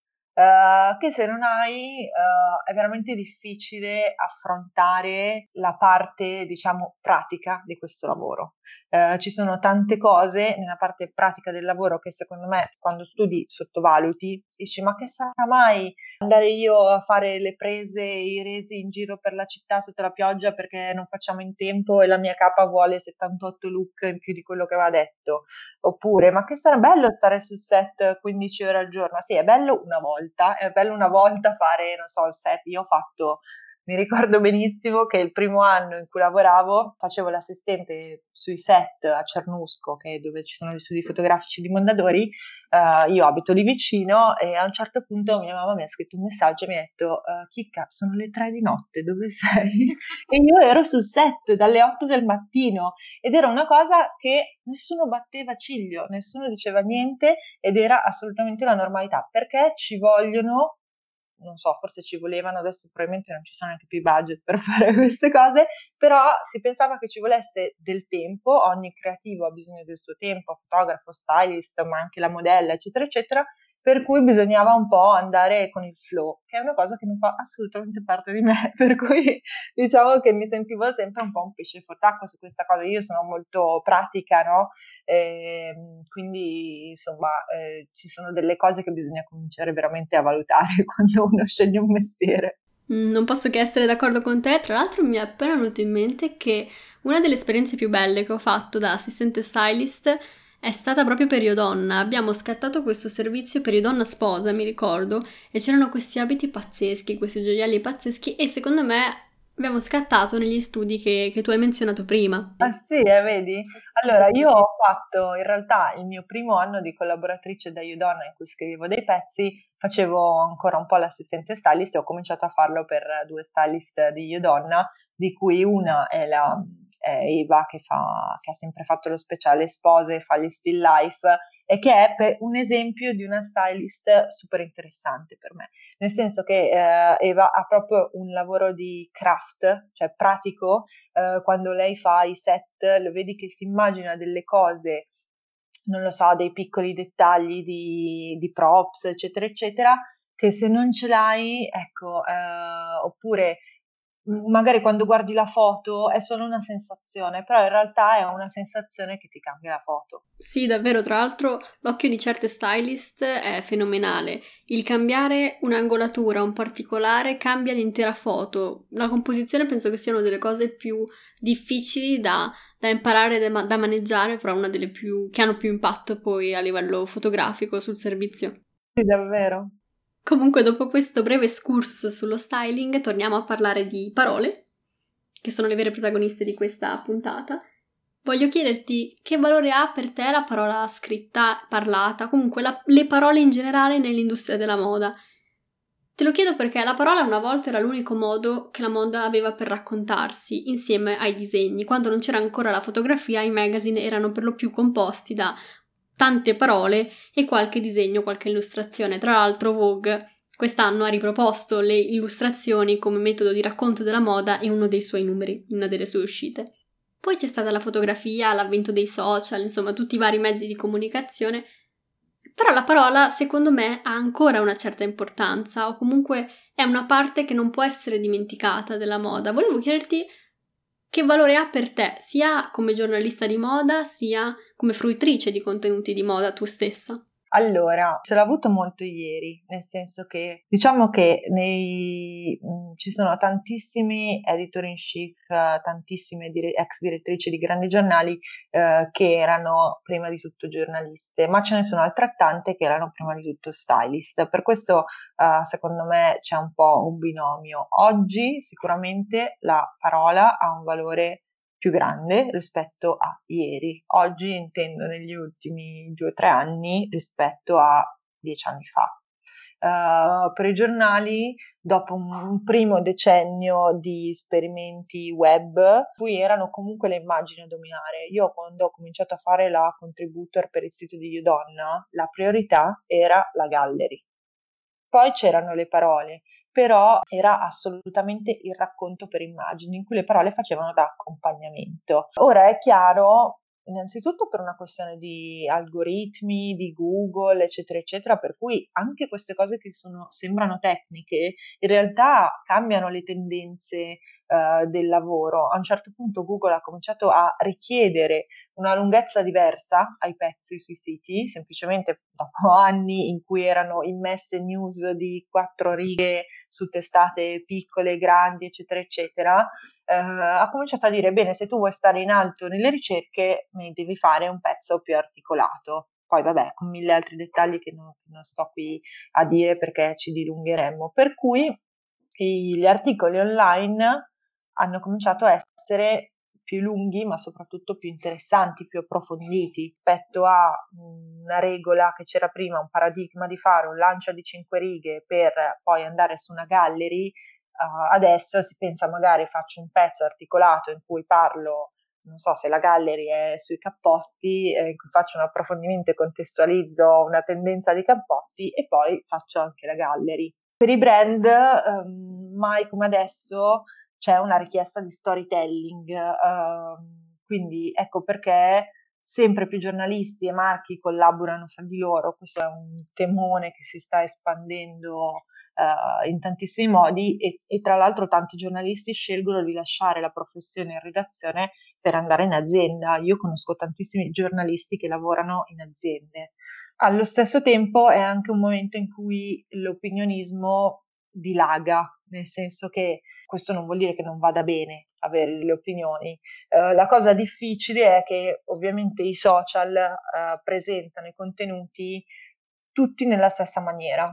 Uh, che se non hai uh, è veramente difficile affrontare la parte, diciamo, pratica di questo lavoro. Uh, ci sono tante cose nella parte pratica del lavoro che secondo me quando studi sottovaluti, dici ma che sarà mai andare io a fare le prese e i resi in giro per la città sotto la pioggia perché non facciamo in tempo e la mia capa vuole settantotto look in più di quello che aveva detto. Oppure, ma che sarà bello stare sul set quindici ore al giorno? Sì, è bello una volta, è bello una volta fare, non so, il set. Io ho fatto, mi ricordo benissimo che il primo anno in cui lavoravo facevo l'assistente sui set a Cernusco, che è dove ci sono gli studi fotografici di Mondadori. Uh, io abito lì vicino e a un certo punto mia mamma mi ha scritto un messaggio e mi ha detto uh, Chicca, sono le tre di notte, dove sei? E io ero sul set dalle otto del mattino ed era una cosa che nessuno batteva ciglio, nessuno diceva niente ed era assolutamente la normalità, perché ci vogliono, non so, forse ci volevano, adesso probabilmente non ci sono neanche più i budget per fare queste cose, però si pensava che ci volesse del tempo, ogni creativo ha bisogno del suo tempo, fotografo, stylist, ma anche la modella, eccetera, eccetera, per cui bisognava un po' andare con il flow, che è una cosa che non fa assolutamente parte di me, per cui diciamo che mi sentivo sempre un po' un pesce fuor d'acqua su questa cosa. Io sono molto pratica, no? E quindi insomma eh, ci sono delle cose che bisogna cominciare veramente a valutare quando uno sceglie un mestiere. Non posso che essere d'accordo con te. Tra l'altro mi è appena venuto in mente che una delle esperienze più belle che ho fatto da assistente stylist è stata proprio per Io Donna. Abbiamo scattato questo servizio per Io Donna Sposa, mi ricordo, e c'erano questi abiti pazzeschi, questi gioielli pazzeschi, e secondo me abbiamo scattato negli studi che, che tu hai menzionato prima. Ah sì, eh, vedi? Allora, io ho fatto in realtà il mio primo anno di collaboratrice da Io Donna in cui scrivevo dei pezzi, facevo ancora un po' l'assistente stylist e ho cominciato a farlo per due stylist di Io Donna, di cui una è la è Eva che, fa, che ha sempre fatto lo speciale spose, fa gli still life e che è per un esempio di una stylist super interessante per me, nel senso che eh, Eva ha proprio un lavoro di craft, cioè pratico, eh, quando lei fa i set, lo vedi che si immagina delle cose, non lo so, dei piccoli dettagli di, di props, eccetera, eccetera, che se non ce l'hai, ecco, eh, oppure magari quando guardi la foto è solo una sensazione, però in realtà è una sensazione che ti cambia la foto. Sì, davvero, tra l'altro l'occhio di certe stylist è fenomenale. Il cambiare un'angolatura, un particolare, cambia l'intera foto. La composizione penso che sia una delle cose più difficili da, da imparare, da, da maneggiare, però una delle più che hanno più impatto poi a livello fotografico sul servizio. Sì, davvero. Comunque, dopo questo breve excursus sullo styling, torniamo a parlare di parole, che sono le vere protagoniste di questa puntata. Voglio chiederti che valore ha per te la parola scritta, parlata, comunque la, le parole in generale nell'industria della moda. Te lo chiedo perché la parola una volta era l'unico modo che la moda aveva per raccontarsi, insieme ai disegni. Quando non c'era ancora la fotografia, i magazine erano per lo più composti da tante parole e qualche disegno, qualche illustrazione. Tra l'altro Vogue quest'anno ha riproposto le illustrazioni come metodo di racconto della moda in uno dei suoi numeri, in una delle sue uscite. Poi c'è stata la fotografia, l'avvento dei social, insomma tutti i vari mezzi di comunicazione, però la parola secondo me ha ancora una certa importanza o comunque è una parte che non può essere dimenticata della moda. Volevo chiederti che valore ha per te, sia come giornalista di moda, sia come fruitrice di contenuti di moda tu stessa? Allora, ce l'ho avuto molto ieri, nel senso che diciamo che nei, mh, ci sono tantissimi editor in chief, tantissime dire- ex direttrici di grandi giornali eh, che erano prima di tutto giornaliste, ma ce ne sono altrettante che erano prima di tutto stylist. Per questo eh, secondo me c'è un po' un binomio. Oggi sicuramente la parola ha un valore più grande rispetto a ieri. Oggi intendo negli ultimi due o tre anni rispetto a dieci anni fa. Uh, per i giornali, dopo un, un primo decennio di esperimenti web, cui erano comunque le immagini a dominare. Io quando ho cominciato a fare la contributor per il sito di YouDonna, la priorità era la gallery. Poi c'erano le parole, però era assolutamente il racconto per immagini, in cui le parole facevano da accompagnamento. Ora è chiaro, innanzitutto per una questione di algoritmi, di Google, eccetera, eccetera, per cui anche queste cose che sono, sembrano tecniche, in realtà cambiano le tendenze uh, del lavoro. A un certo punto Google ha cominciato a richiedere una lunghezza diversa ai pezzi sui siti, semplicemente dopo anni in cui erano immesse news di quattro righe su testate piccole, grandi, eccetera, eccetera, eh, ha cominciato a dire, bene, se tu vuoi stare in alto nelle ricerche, mi devi fare un pezzo più articolato. Poi vabbè, con mille altri dettagli che non, non sto qui a dire perché ci dilungheremmo. Per cui i, gli articoli online hanno cominciato a essere più lunghi, ma soprattutto più interessanti, più approfonditi rispetto a una regola che c'era prima, un paradigma di fare un lancio di cinque righe per poi andare su una gallery. Uh, adesso si pensa magari faccio un pezzo articolato in cui parlo, non so se la gallery è sui cappotti, eh, in cui faccio un approfondimento e contestualizzo una tendenza di cappotti e poi faccio anche la gallery. Per i brand, um, mai come adesso, c'è una richiesta di storytelling, uh, quindi ecco perché sempre più giornalisti e marchi collaborano fra di loro. Questo è un temone che si sta espandendo uh, in tantissimi modi e, e tra l'altro tanti giornalisti scelgono di lasciare la professione in redazione per andare in azienda. Io conosco tantissimi giornalisti che lavorano in aziende. Allo stesso tempo è anche un momento in cui l'opinionismo dilaga, nel senso che questo non vuol dire che non vada bene avere le opinioni. Uh, la cosa difficile è che ovviamente i social uh, presentano i contenuti tutti nella stessa maniera,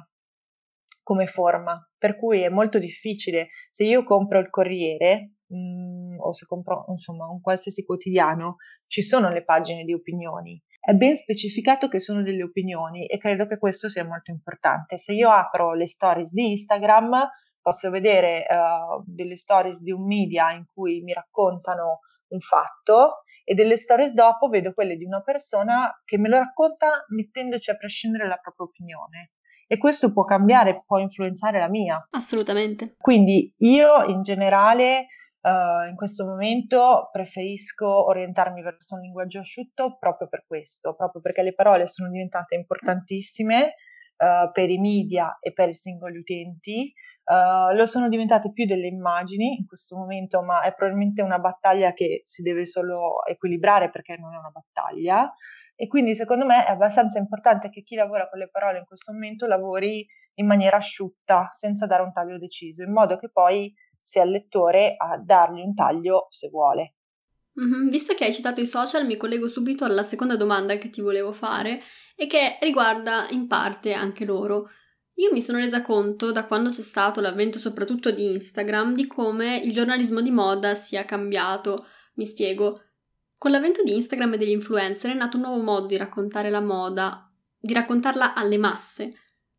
come forma, per cui è molto difficile. Se io compro il Corriere mh, o se compro insomma un qualsiasi quotidiano, ci sono le pagine di opinioni. È ben specificato che sono delle opinioni e credo che questo sia molto importante. Se io apro le stories di Instagram, posso vedere uh, delle stories di un media in cui mi raccontano un fatto e delle stories dopo vedo quelle di una persona che me lo racconta mettendoci a prescindere la propria opinione. E questo può cambiare, può influenzare la mia. Assolutamente. Quindi io in generale uh, in questo momento preferisco orientarmi verso un linguaggio asciutto proprio per questo, proprio perché le parole sono diventate importantissime uh, per i media e per i singoli utenti. Uh, lo sono diventate più delle immagini in questo momento, ma è probabilmente una battaglia che si deve solo equilibrare perché non è una battaglia. E quindi secondo me è abbastanza importante che chi lavora con le parole in questo momento lavori in maniera asciutta, senza dare un taglio deciso, in modo che poi sia il lettore a dargli un taglio se vuole. Mm-hmm. Visto che hai citato i social, mi collego subito alla seconda domanda che ti volevo fare e che riguarda in parte anche loro. Io mi sono resa conto, da quando c'è stato l'avvento soprattutto di Instagram, di come il giornalismo di moda sia cambiato. Mi spiego. Con l'avvento di Instagram e degli influencer è nato un nuovo modo di raccontare la moda, di raccontarla alle masse.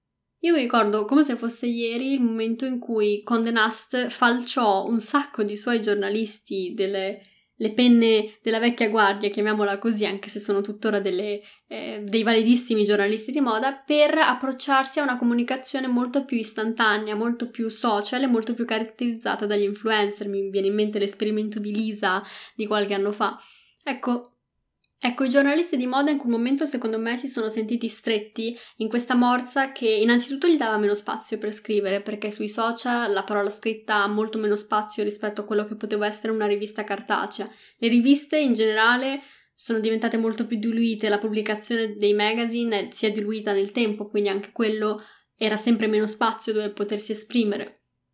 Io mi ricordo come se fosse ieri il momento in cui Condé Nast falciò un sacco di suoi giornalisti, delle le penne della vecchia guardia, chiamiamola così, anche se sono tuttora delle, eh, dei validissimi giornalisti di moda, per approcciarsi a una comunicazione molto più istantanea, molto più social e molto più caratterizzata dagli influencer. Mi viene in mente l'esperimento di Lisa di qualche anno fa. Ecco, Ecco, i giornalisti di moda in quel momento secondo me si sono sentiti stretti in questa morsa che innanzitutto gli dava meno spazio per scrivere, perché sui social la parola scritta ha molto meno spazio rispetto a quello che poteva essere una rivista cartacea. Le riviste in generale sono diventate molto più diluite, la pubblicazione dei magazine si è diluita nel tempo, quindi anche quello era sempre meno spazio dove potersi esprimere.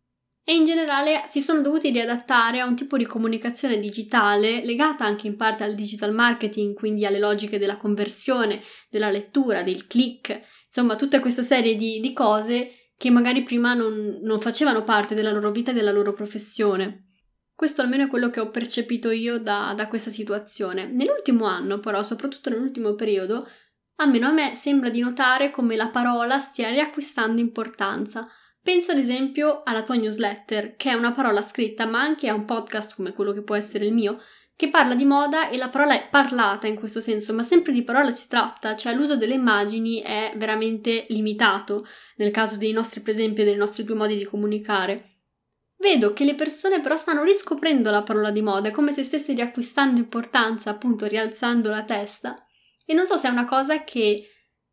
E in generale si sono dovuti riadattare a un tipo di comunicazione digitale legata anche in parte al digital marketing, quindi alle logiche della conversione, della lettura, del click, insomma tutta questa serie di, di cose che magari prima non, non facevano parte della loro vita e della loro professione. Questo almeno è quello che ho percepito io da, da questa situazione. Nell'ultimo anno, però, soprattutto nell'ultimo periodo, almeno a me sembra di notare come la parola stia riacquistando importanza. Penso ad esempio alla tua newsletter, che è una parola scritta, ma anche a un podcast come quello che può essere il mio, che parla di moda e la parola è parlata in questo senso, ma sempre di parola si tratta, cioè l'uso delle immagini è veramente limitato, nel caso dei nostri, per esempio, dei nostri due modi di comunicare. Vedo che le persone però stanno riscoprendo la parola di moda, è come se stesse riacquistando importanza, appunto rialzando la testa, e non so se è una cosa che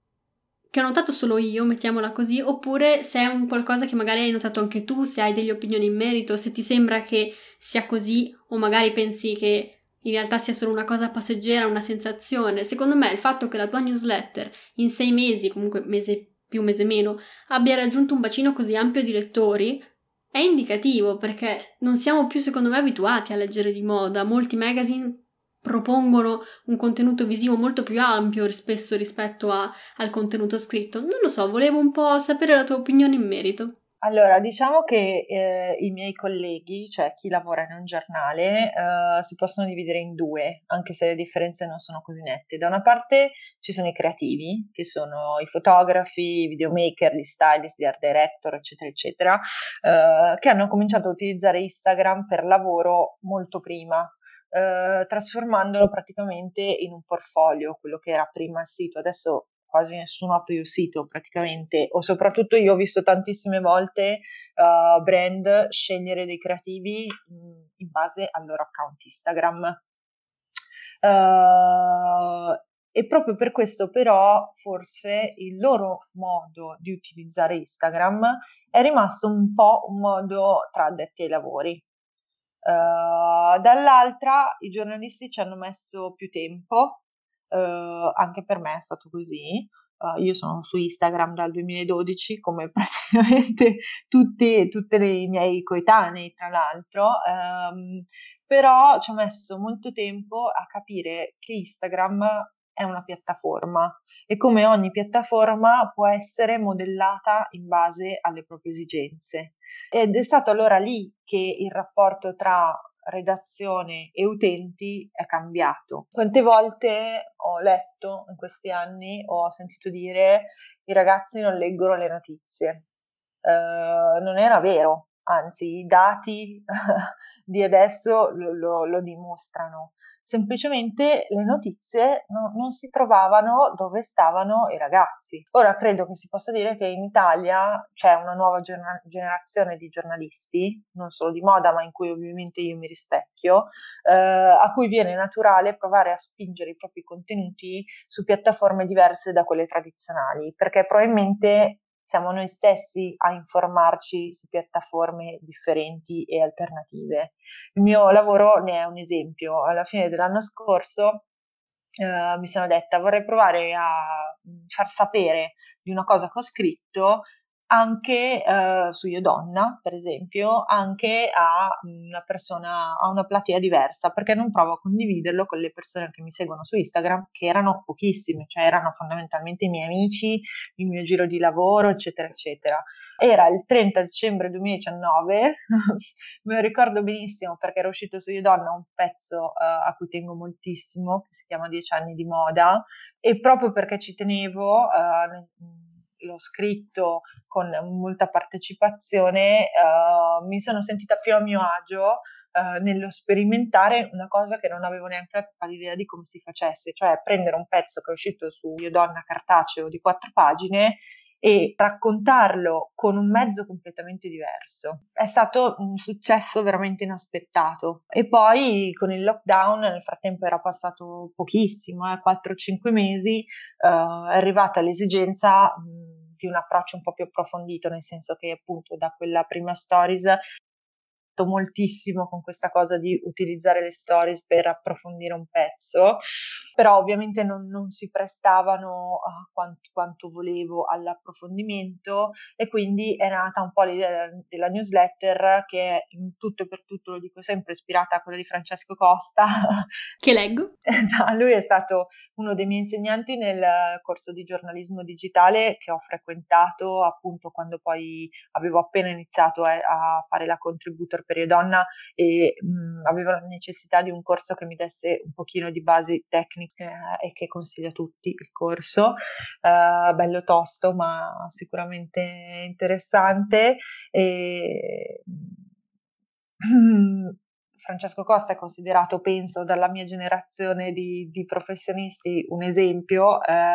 che ho notato solo io, mettiamola così, oppure se è un qualcosa che magari hai notato anche tu, se hai delle opinioni in merito, se ti sembra che sia così o magari pensi che in realtà sia solo una cosa passeggera, una sensazione. Secondo me il fatto che la tua newsletter in sei mesi, comunque mese più, mese meno, abbia raggiunto un bacino così ampio di lettori è indicativo, perché non siamo più, secondo me, abituati a leggere di moda. Molti magazine propongono un contenuto visivo molto più ampio spesso rispetto a, al contenuto scritto. Non lo so, volevo un po' sapere la tua opinione in merito. Allora, diciamo che eh, i miei colleghi, cioè chi lavora in un giornale, eh, si possono dividere in due, anche se le differenze non sono così nette. Da una parte ci sono i creativi, che sono i fotografi, i videomaker, gli stylist, gli art director, eccetera, eccetera, eh, che hanno cominciato a utilizzare Instagram per lavoro molto prima. Eh, trasformandolo praticamente in un portfolio, quello che era prima il sito. Adesso quasi nessuno ha più il sito praticamente, o soprattutto io ho visto tantissime volte uh, brand scegliere dei creativi mh, in base al loro account Instagram. Uh, e proprio per questo però forse il loro modo di utilizzare Instagram è rimasto un po' un modo tra addetti ai lavori. Uh, dall'altra i giornalisti ci hanno messo più tempo, uh, anche per me è stato così. Uh, io sono su Instagram dal duemiladodici, come praticamente tutti, tutti i miei coetanei, tra l'altro, um, però ci ho messo molto tempo a capire che Instagram è una piattaforma e come ogni piattaforma può essere modellata in base alle proprie esigenze. Ed è stato allora lì che il rapporto tra redazione e utenti è cambiato. Quante volte ho letto in questi anni, ho sentito dire i ragazzi non leggono le notizie. Uh, non era vero, anzi i dati di adesso lo, lo, lo dimostrano. Semplicemente le notizie no, non si trovavano dove stavano i ragazzi. Ora credo che si possa dire che in Italia c'è una nuova giorna- generazione di giornalisti, non solo di moda, ma in cui ovviamente io mi rispecchio, eh, a cui viene naturale provare a spingere i propri contenuti su piattaforme diverse da quelle tradizionali, perché probabilmente siamo noi stessi a informarci su piattaforme differenti e alternative. Il mio lavoro ne è un esempio. Alla fine dell'anno scorso eh, mi sono detta vorrei provare a far sapere di una cosa che ho scritto anche eh, su Io Donna, per esempio, anche a una persona, a una platea diversa, perché non provo a condividerlo con le persone che mi seguono su Instagram, che erano pochissime, cioè erano fondamentalmente i miei amici, il mio giro di lavoro, eccetera, eccetera. Era il trenta dicembre duemiladiciannove, me lo ricordo benissimo perché era uscito su Io Donna un pezzo uh, a cui tengo moltissimo, che si chiama Dieci anni di moda, e proprio perché ci tenevo, uh, l'ho scritto con molta partecipazione, uh, mi sono sentita più a mio agio uh, nello sperimentare una cosa che non avevo neanche la pallida idea di come si facesse, cioè prendere un pezzo che è uscito su Io Donna cartaceo di quattro pagine e raccontarlo con un mezzo completamente diverso. È stato un successo veramente inaspettato. E poi con il lockdown, nel frattempo era passato pochissimo, eh, quattro cinque mesi, eh, è arrivata l'esigenza mh, di un approccio un po' più approfondito, nel senso che appunto da quella prima stories moltissimo con questa cosa di utilizzare le stories per approfondire un pezzo, però ovviamente non, non si prestavano a quanto, quanto volevo all'approfondimento, e quindi è nata un po' l'idea della newsletter, che è in tutto e per tutto, lo dico sempre, ispirata a quella di Francesco Costa. Che leggo. Lui è stato uno dei miei insegnanti nel corso di giornalismo digitale che ho frequentato appunto quando poi avevo appena iniziato a, a fare la contributor per Donna, e mh, avevo la necessità di un corso che mi desse un pochino di basi tecniche, eh, e che consiglio a tutti il corso, eh, bello tosto ma sicuramente interessante. E Francesco Costa è considerato, penso, dalla mia generazione di, di professionisti un esempio, eh,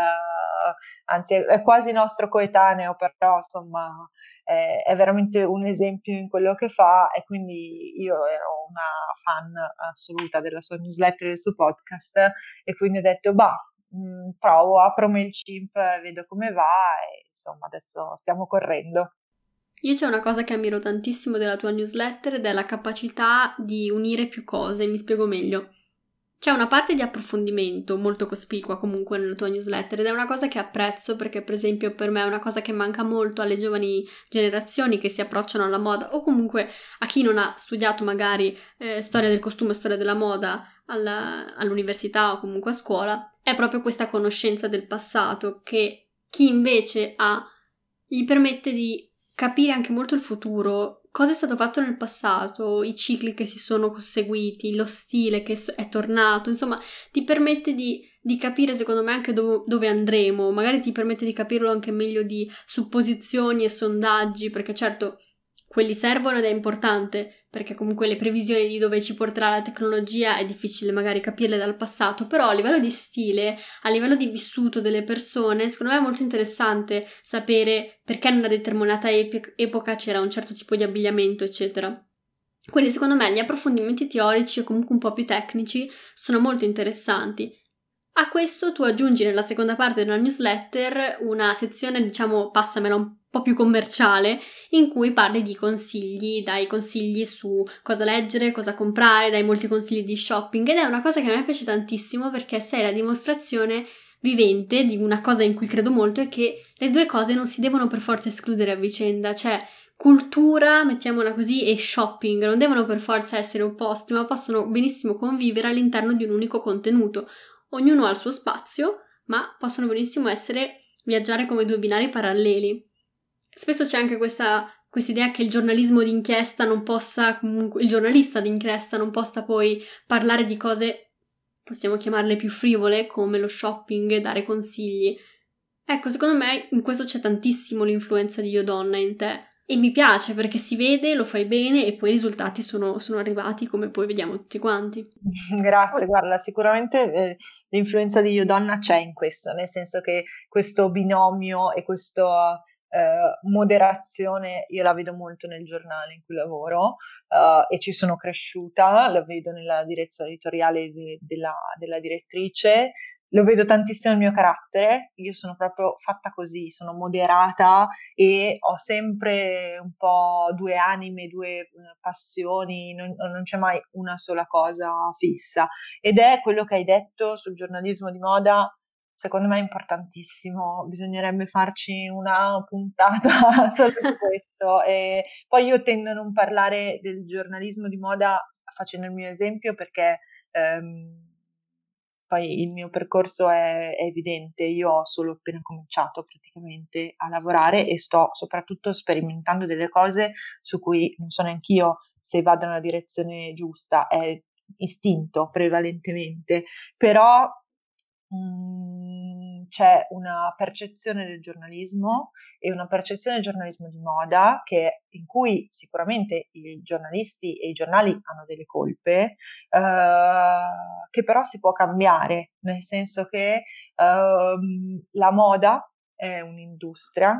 anzi è, è quasi nostro coetaneo, però insomma è, è veramente un esempio in quello che fa, e quindi io ero una fan assoluta della sua newsletter e del suo podcast, e quindi ho detto, bah, mh, provo, apro MailChimp, vedo come va, e insomma adesso stiamo correndo. Io c'è una cosa che ammiro tantissimo della tua newsletter ed è la capacità di unire più cose, mi spiego meglio. C'è una parte di approfondimento molto cospicua comunque nella tua newsletter, ed è una cosa che apprezzo perché per esempio per me è una cosa che manca molto alle giovani generazioni che si approcciano alla moda, o comunque a chi non ha studiato magari eh, storia del costume, storia della moda alla, all'università o comunque a scuola, è proprio questa conoscenza del passato che chi invece ha gli permette di capire anche molto il futuro, cosa è stato fatto nel passato, i cicli che si sono seguiti, lo stile che è tornato, insomma, ti permette di, di capire secondo me anche dove, dove andremo, magari ti permette di capirlo anche meglio di supposizioni e sondaggi, perché certo quelli servono ed è importante, perché comunque le previsioni di dove ci porterà la tecnologia è difficile magari capirle dal passato, però a livello di stile, a livello di vissuto delle persone, secondo me è molto interessante sapere perché in una determinata ep- epoca c'era un certo tipo di abbigliamento, eccetera. Quindi secondo me gli approfondimenti teorici o comunque un po' più tecnici sono molto interessanti. A questo tu aggiungi nella seconda parte della newsletter una sezione, diciamo, passamela un po' più commerciale, in cui parli di consigli, dai consigli su cosa leggere, cosa comprare, dai molti consigli di shopping, ed è una cosa che a me piace tantissimo perché sei la dimostrazione vivente di una cosa in cui credo molto, è che le due cose non si devono per forza escludere a vicenda, cioè cultura, mettiamola così, e shopping non devono per forza essere opposti, ma possono benissimo convivere all'interno di un unico contenuto. Ognuno ha il suo spazio, ma possono benissimo essere viaggiare come due binari paralleli. Spesso c'è anche questa idea che il giornalismo d'inchiesta non possa, comunque, il giornalista d'inchiesta non possa poi parlare di cose, possiamo chiamarle più frivole, come lo shopping, dare consigli. Ecco, secondo me in questo c'è tantissimo l'influenza di Io Donna in te. E mi piace perché si vede, lo fai bene e poi i risultati sono, sono arrivati, come poi vediamo tutti quanti. Grazie, guarda, sicuramente eh, l'influenza di Io Donna c'è in questo, nel senso che questo binomio e questa eh, moderazione io la vedo molto nel giornale in cui lavoro, eh, e ci sono cresciuta, la vedo nella direzione editoriale de- della, della direttrice. Lo vedo tantissimo nel mio carattere, io sono proprio fatta così, sono moderata e ho sempre un po' due anime, due eh, passioni, non, non c'è mai una sola cosa fissa. Ed è quello che hai detto sul giornalismo di moda, secondo me è importantissimo, bisognerebbe farci una puntata solo su questo. E poi io tendo a non parlare del giornalismo di moda facendo il mio esempio perché... Ehm, poi il mio percorso è, è evidente, io ho solo appena cominciato praticamente a lavorare e sto soprattutto sperimentando delle cose su cui non so neanch'io se vado nella direzione giusta, è istinto prevalentemente, però mh, c'è una percezione del giornalismo e una percezione del giornalismo di moda che, in cui sicuramente i giornalisti e i giornali hanno delle colpe, eh, che però si può cambiare, nel senso che ehm, la moda è un'industria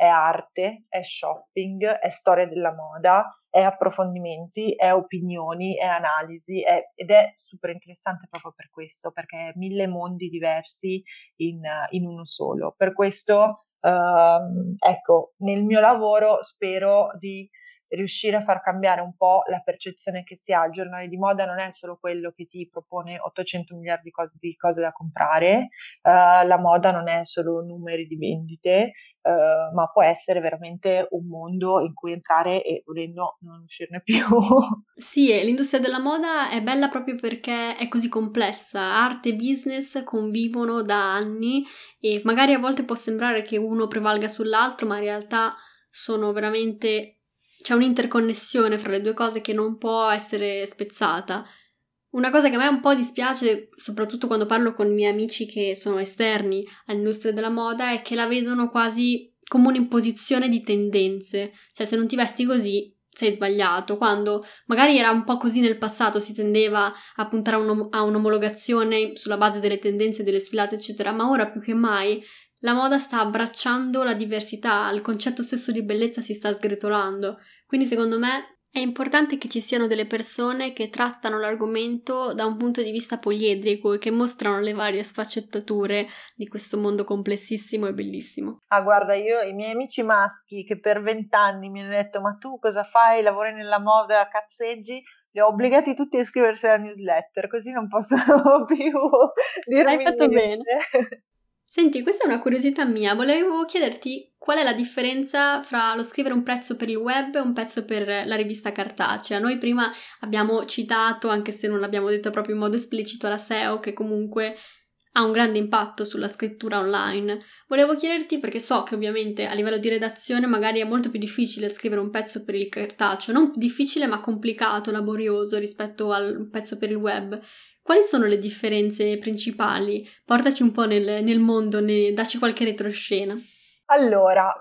è arte, è shopping, è storia della moda, è approfondimenti, è opinioni, è analisi, è, ed è super interessante proprio per questo, perché è mille mondi diversi in, in uno solo. Per questo, ehm, ecco, nel mio lavoro spero di riuscire a far cambiare un po' la percezione che si ha. Il giornale di moda non è solo quello che ti propone ottocento miliardi di cose, di cose da comprare, uh, la moda non è solo numeri di vendite, uh, ma può essere veramente un mondo in cui entrare e volendo non uscirne più. Sì, e l'industria della moda è bella proprio perché è così complessa. Arte e business convivono da anni e magari a volte può sembrare che uno prevalga sull'altro, ma in realtà sono veramente... c'è un'interconnessione fra le due cose che non può essere spezzata. Una cosa che a me un po' dispiace, soprattutto quando parlo con i miei amici che sono esterni all'industria della moda, è che la vedono quasi come un'imposizione di tendenze. Cioè, se non ti vesti così, sei sbagliato. Quando magari era un po' così nel passato, si tendeva a puntare a, un, a un'omologazione sulla base delle tendenze, delle sfilate, eccetera, ma ora più che mai la moda sta abbracciando la diversità, il concetto stesso di bellezza si sta sgretolando. Quindi secondo me è importante che ci siano delle persone che trattano l'argomento da un punto di vista poliedrico e che mostrano le varie sfaccettature di questo mondo complessissimo e bellissimo. Ah, guarda, io i miei amici maschi che per vent'anni mi hanno detto ma tu cosa fai? Lavori nella moda, cazzeggi? Li ho obbligati tutti a iscriversi alla newsletter, così non possono più dirmi Hai fatto niente. bene. Senti, questa è una curiosità mia, volevo chiederti qual è la differenza fra lo scrivere un pezzo per il web e un pezzo per la rivista cartacea. Noi prima abbiamo citato, anche se non l'abbiamo detto proprio in modo esplicito, la S E O che comunque ha un grande impatto sulla scrittura online. Volevo chiederti perché so che ovviamente a livello di redazione magari è molto più difficile scrivere un pezzo per il cartaceo, non difficile ma complicato, laborioso rispetto al pezzo per il web. Quali sono le differenze principali? Portaci un po' nel, nel mondo, ne, dacci qualche retroscena. Allora,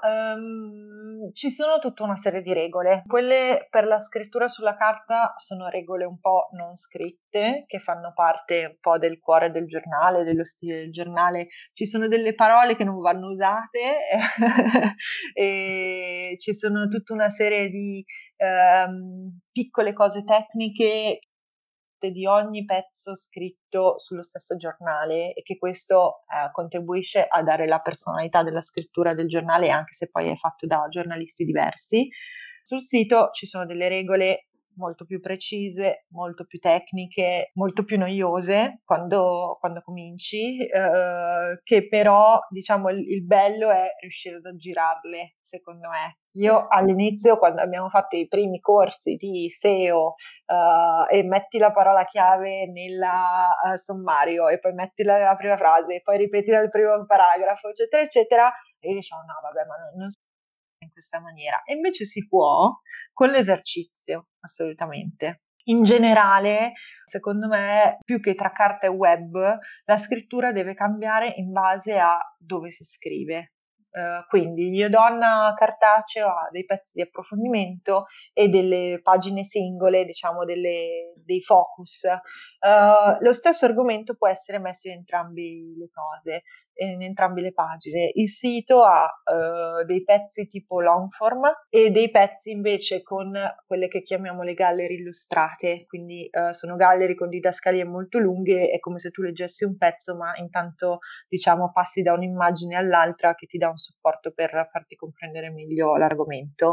um, ci sono tutta una serie di regole. Quelle per la scrittura sulla carta sono regole un po' non scritte, che fanno parte un po' del cuore del giornale, dello stile del giornale. Ci sono delle parole che non vanno usate e ci sono tutta una serie di um, piccole cose tecniche di ogni pezzo scritto sullo stesso giornale e che questo eh, contribuisce a dare la personalità della scrittura del giornale, anche se poi è fatto da giornalisti diversi. Sul sito ci sono delle regole molto più precise, molto più tecniche, molto più noiose quando, quando cominci, eh, che però diciamo il, il bello è riuscire ad aggirarle, secondo me. Io all'inizio, quando abbiamo fatto i primi corsi di S E O uh, e metti la parola chiave nel uh, sommario e poi mettila nella prima frase e poi ripetila nel primo paragrafo, eccetera, eccetera, e io dicevo no, vabbè, ma non, non si può in questa maniera. E invece si può con l'esercizio, assolutamente. In generale, secondo me, più che tra carta e web, la scrittura deve cambiare in base a dove si scrive. Uh, quindi Io Donna cartaceo ha dei pezzi di approfondimento e delle pagine singole, diciamo delle, dei focus. Uh, lo stesso argomento può essere messo in entrambe le cose, in entrambe le pagine. Il sito ha uh, dei pezzi tipo long form e dei pezzi invece con quelle che chiamiamo le gallery illustrate, quindi uh, sono gallery con didascalie molto lunghe, è come se tu leggessi un pezzo ma intanto diciamo passi da un'immagine all'altra che ti dà un supporto per farti comprendere meglio l'argomento.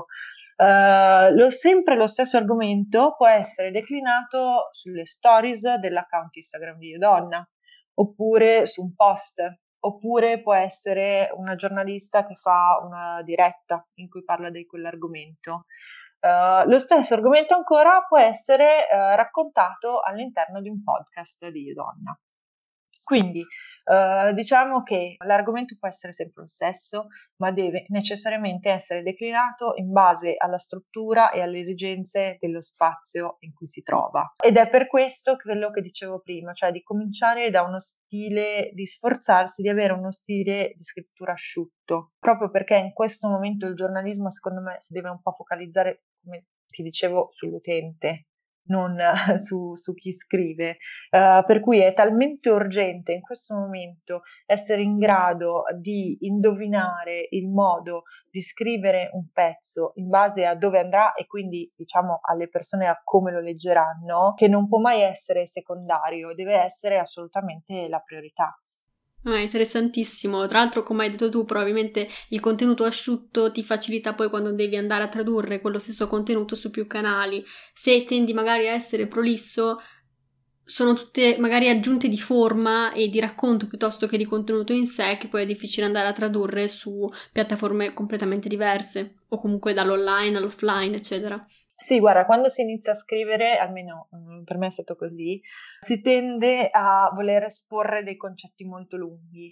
Uh, lo, sempre lo stesso argomento può essere declinato sulle stories dell'account Instagram di Io Donna, oppure su un post, oppure può essere una giornalista che fa una diretta in cui parla di quell'argomento. Uh, lo stesso argomento ancora può essere uh, raccontato all'interno di un podcast di Io Donna. Quindi uh, diciamo che l'argomento può essere sempre lo stesso, ma deve necessariamente essere declinato in base alla struttura e alle esigenze dello spazio in cui si trova. Ed è per questo quello che dicevo prima, cioè di cominciare da uno stile, di sforzarsi di avere uno stile di scrittura asciutto, proprio perché in questo momento il giornalismo secondo me si deve un po' focalizzare, come ti dicevo, sull'utente. non su, su chi scrive. Uh, per cui è talmente urgente in questo momento essere in grado di indovinare il modo di scrivere un pezzo in base a dove andrà e quindi diciamo alle persone a come lo leggeranno, che non può mai essere secondario, deve essere assolutamente la priorità. Ah, interessantissimo. Tra l'altro, come hai detto tu, probabilmente il contenuto asciutto ti facilita poi quando devi andare a tradurre quello stesso contenuto su più canali. Se tendi magari a essere prolisso, sono tutte magari aggiunte di forma e di racconto piuttosto che di contenuto in sé, che poi è difficile andare a tradurre su piattaforme completamente diverse, o comunque dall'online all'offline, eccetera. Sì, guarda, quando si inizia a scrivere, almeno um, per me è stato così, si tende a voler esporre dei concetti molto lunghi.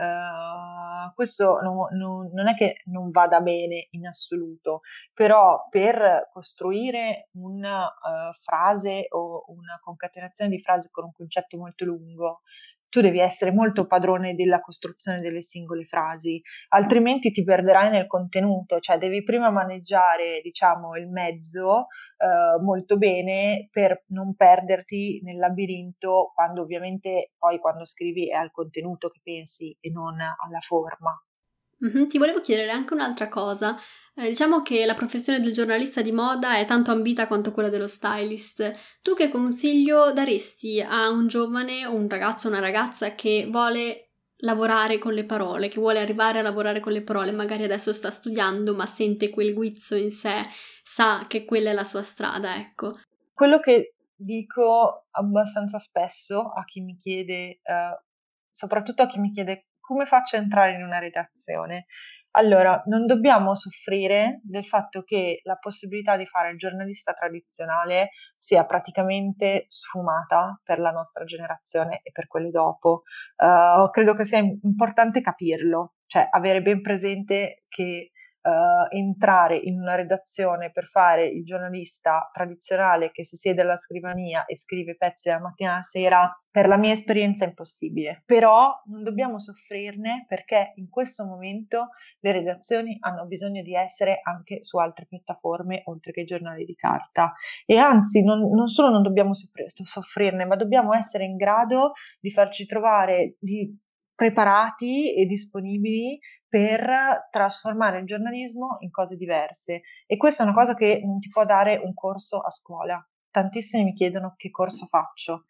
Uh, questo no, no, non è che non vada bene in assoluto, però per costruire una uh, frase o una concatenazione di frasi con un concetto molto lungo, tu devi essere molto padrone della costruzione delle singole frasi, altrimenti ti perderai nel contenuto, cioè devi prima maneggiare, diciamo, il mezzo eh, molto bene per non perderti nel labirinto, quando ovviamente poi quando scrivi è al contenuto che pensi e non alla forma. Mm-hmm. Ti volevo chiedere anche un'altra cosa. Eh, diciamo che la professione del giornalista di moda è tanto ambita quanto quella dello stylist. Tu che consiglio daresti a un giovane o un ragazzo o una ragazza che vuole lavorare con le parole, che vuole arrivare a lavorare con le parole, magari adesso sta studiando ma sente quel guizzo in sé, sa che quella è la sua strada, ecco. Quello che dico abbastanza spesso a chi mi chiede, eh, soprattutto a chi mi chiede come faccio a entrare in una redazione. Allora, non dobbiamo soffrire del fatto che la possibilità di fare il giornalista tradizionale sia praticamente sfumata per la nostra generazione e per quelle dopo. Uh, credo che sia importante capirlo, cioè avere ben presente che Uh, entrare in una redazione per fare il giornalista tradizionale che si siede alla scrivania e scrive pezzi dalla mattina alla sera, per la mia esperienza è impossibile. Però non dobbiamo soffrirne, perché in questo momento le redazioni hanno bisogno di essere anche su altre piattaforme oltre che i giornali di carta. E anzi, non, non solo non dobbiamo soffrirne, ma dobbiamo essere in grado di farci trovare di preparati e disponibili per trasformare il giornalismo in cose diverse. E questa è una cosa che non ti può dare un corso a scuola. Tantissimi mi chiedono che corso faccio.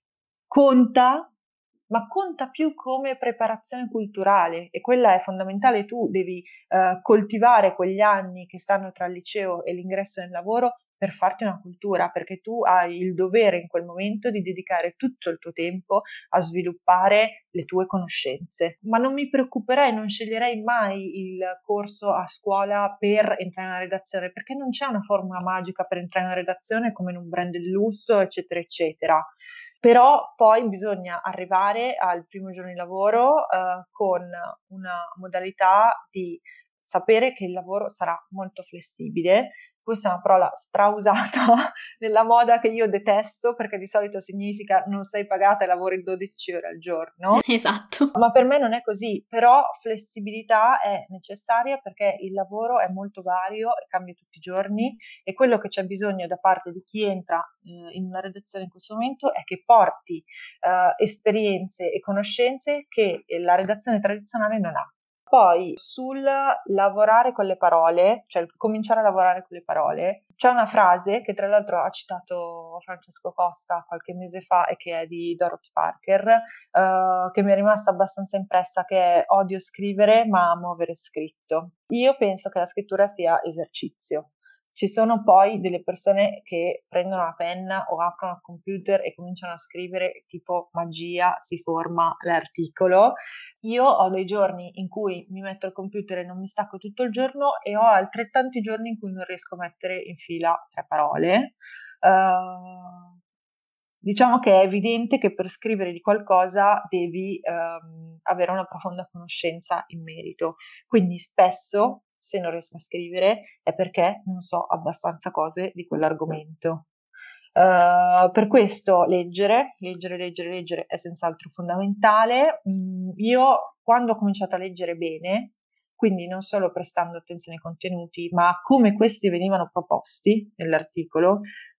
Conta, ma conta più come preparazione culturale, e quella è fondamentale. Tu devi eh, coltivare quegli anni che stanno tra il liceo e l'ingresso nel lavoro per farti una cultura, perché tu hai il dovere in quel momento di dedicare tutto il tuo tempo a sviluppare le tue conoscenze. Ma non mi preoccuperei, non sceglierei mai il corso a scuola per entrare in una redazione, perché non c'è una formula magica per entrare in una redazione come in un brand di lusso, eccetera, eccetera. Però poi bisogna arrivare al primo giorno di lavoro eh, con una modalità di sapere che il lavoro sarà molto flessibile. Questa è una parola strausata nella moda che io detesto, perché di solito significa non sei pagata e lavori dodici ore al giorno. Esatto. Ma per me non è così, però flessibilità è necessaria perché il lavoro è molto vario e cambia tutti i giorni, e quello che c'è bisogno da parte di chi entra eh, in una redazione in questo momento è che porti eh, esperienze e conoscenze che la redazione tradizionale non ha. Poi sul lavorare con le parole, cioè cominciare a lavorare con le parole, c'è una frase che tra l'altro ha citato Francesco Costa qualche mese fa e che è di Dorothy Parker, eh, che mi è rimasta abbastanza impressa, che è: odio scrivere ma amo avere scritto. Io penso che la scrittura sia esercizio. Ci sono poi delle persone che prendono la penna o aprono il computer e cominciano a scrivere tipo magia, si forma l'articolo. Io ho dei giorni in cui mi metto al computer e non mi stacco tutto il giorno, e ho altrettanti giorni in cui non riesco a mettere in fila tre parole. Uh, diciamo che è evidente che per scrivere di qualcosa devi um, avere una profonda conoscenza in merito. Quindi spesso, se non riesco a scrivere, è perché non so abbastanza cose di quell'argomento. Uh, per questo leggere, leggere, leggere, leggere è senz'altro fondamentale. Mm, io quando ho cominciato a leggere bene, quindi non solo prestando attenzione ai contenuti, ma a come questi venivano proposti nell'articolo,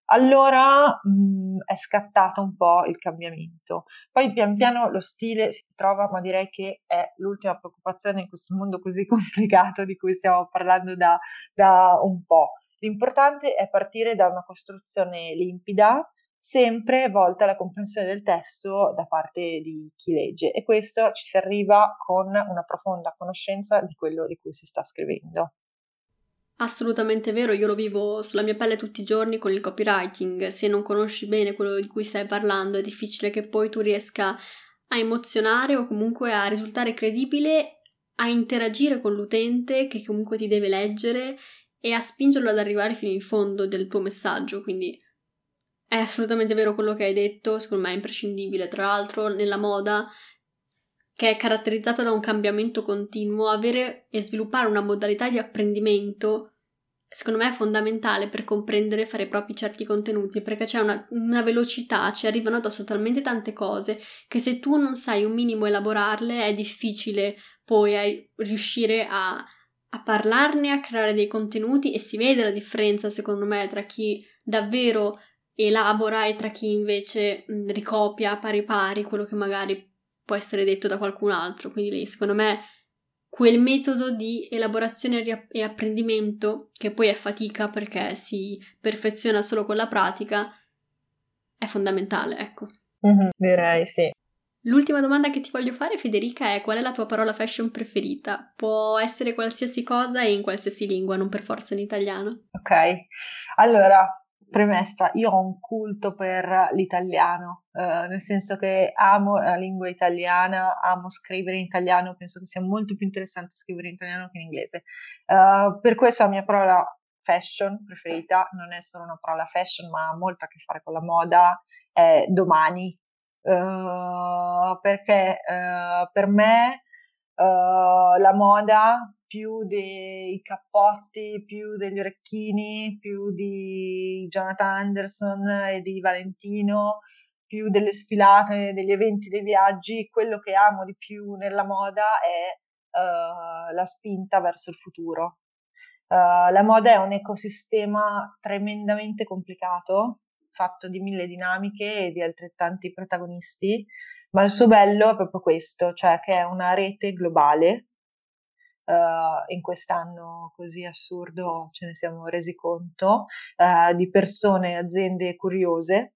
allora mh, è scattato un po' il cambiamento. Poi pian piano lo stile si trova, ma direi che è l'ultima preoccupazione in questo mondo così complicato di cui stiamo parlando da, da un po'. L'importante è partire da una costruzione limpida, sempre volta alla comprensione del testo da parte di chi legge, e questo ci si arriva con una profonda conoscenza di quello di cui si sta scrivendo. Assolutamente vero, io lo vivo sulla mia pelle tutti i giorni con il copywriting. Se non conosci bene quello di cui stai parlando, è difficile che poi tu riesca a emozionare o comunque a risultare credibile, a interagire con l'utente che comunque ti deve leggere e a spingerlo ad arrivare fino in fondo del tuo messaggio. Quindi è assolutamente vero quello che hai detto, secondo me è imprescindibile. Tra l'altro nella moda, che è caratterizzata da un cambiamento continuo, avere e sviluppare una modalità di apprendimento, secondo me è fondamentale per comprendere e fare propri certi contenuti, perché c'è una, una velocità, ci arrivano addosso talmente tante cose che se tu non sai un minimo elaborarle è difficile poi a riuscire a, a parlarne, a creare dei contenuti, e si vede la differenza secondo me tra chi davvero elabora e tra chi invece mh, ricopia pari pari quello che magari può essere detto da qualcun altro. Quindi secondo me quel metodo di elaborazione e apprendimento, che poi è fatica perché si perfeziona solo con la pratica, è fondamentale, ecco. Mm-hmm, direi sì. L'ultima domanda che ti voglio fare, Federica, è: qual è la tua parola fashion preferita? Può essere qualsiasi cosa e in qualsiasi lingua, non per forza in italiano. Ok, allora, premessa, io ho un culto per l'italiano, eh, nel senso che amo la lingua italiana, amo scrivere in italiano, penso che sia molto più interessante scrivere in italiano che in inglese. Uh, per questo la mia parola fashion preferita non è solo una parola fashion, ma ha molto a che fare con la moda, è domani. Uh, perché uh, per me uh, la moda, più dei cappotti, più degli orecchini, più di Jonathan Anderson e di Valentino, più delle sfilate, degli eventi, dei viaggi, quello che amo di più nella moda è uh, la spinta verso il futuro. Uh, la moda è un ecosistema tremendamente complicato, fatto di mille dinamiche e di altrettanti protagonisti, ma il suo bello è proprio questo, cioè che è una rete globale. Uh, in quest'anno così assurdo ce ne siamo resi conto, uh, di persone e aziende curiose,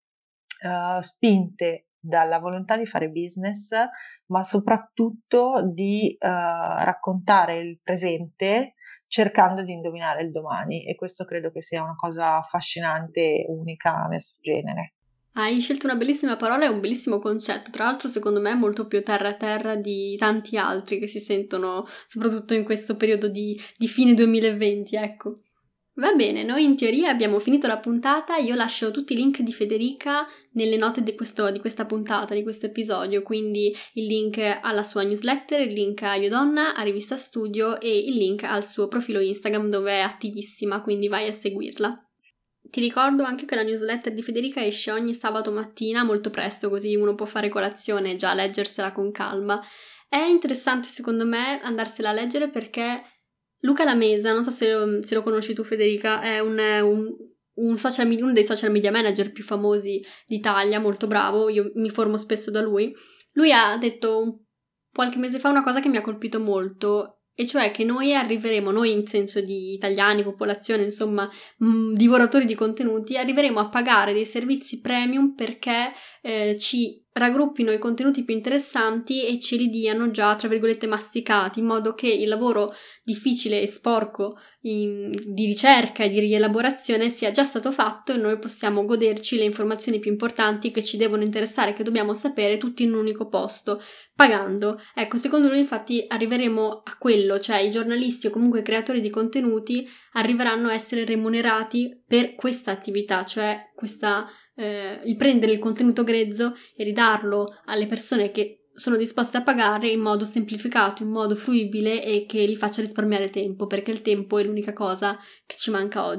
uh, spinte dalla volontà di fare business, ma soprattutto di uh, raccontare il presente cercando di indovinare il domani, e questo credo che sia una cosa affascinante e unica nel suo genere. Hai scelto una bellissima parola e un bellissimo concetto, tra l'altro secondo me molto più terra a terra di tanti altri che si sentono soprattutto in questo periodo di, di fine duemilaventi, ecco. Va bene, noi in teoria abbiamo finito la puntata, io lascio tutti i link di Federica nelle note di, questo, di questa puntata, di questo episodio, quindi il link alla sua newsletter, il link a Io Donna, a Rivista Studio e il link al suo profilo Instagram dove è attivissima, quindi vai a seguirla. Ti ricordo anche che la newsletter di Federica esce ogni sabato mattina molto presto, così uno può fare colazione e già leggersela con calma. È interessante secondo me andarsela a leggere perché Luca Lamesa, non so se lo, se lo conosci tu Federica, è un, un, un social media, uno dei social media manager più famosi d'Italia, molto bravo, io mi formo spesso da lui. Lui ha detto qualche mese fa una cosa che mi ha colpito molto, e cioè che noi arriveremo, noi in senso di italiani, popolazione, insomma, mh, divoratori di contenuti, arriveremo a pagare dei servizi premium perché eh, ci raggruppino i contenuti più interessanti e ce li diano già, tra virgolette, masticati, in modo che il lavoro difficile e sporco in, di ricerca e di rielaborazione sia già stato fatto e noi possiamo goderci le informazioni più importanti che ci devono interessare, che dobbiamo sapere, tutti in un unico posto, pagando. Ecco, secondo lui infatti arriveremo a quello, cioè i giornalisti o comunque i creatori di contenuti arriveranno a essere remunerati per questa attività, cioè questa, eh, il prendere il contenuto grezzo e ridarlo alle persone che sono disposte a pagare in modo semplificato, in modo fruibile e che li faccia risparmiare tempo, perché il tempo è l'unica cosa che ci manca oggi.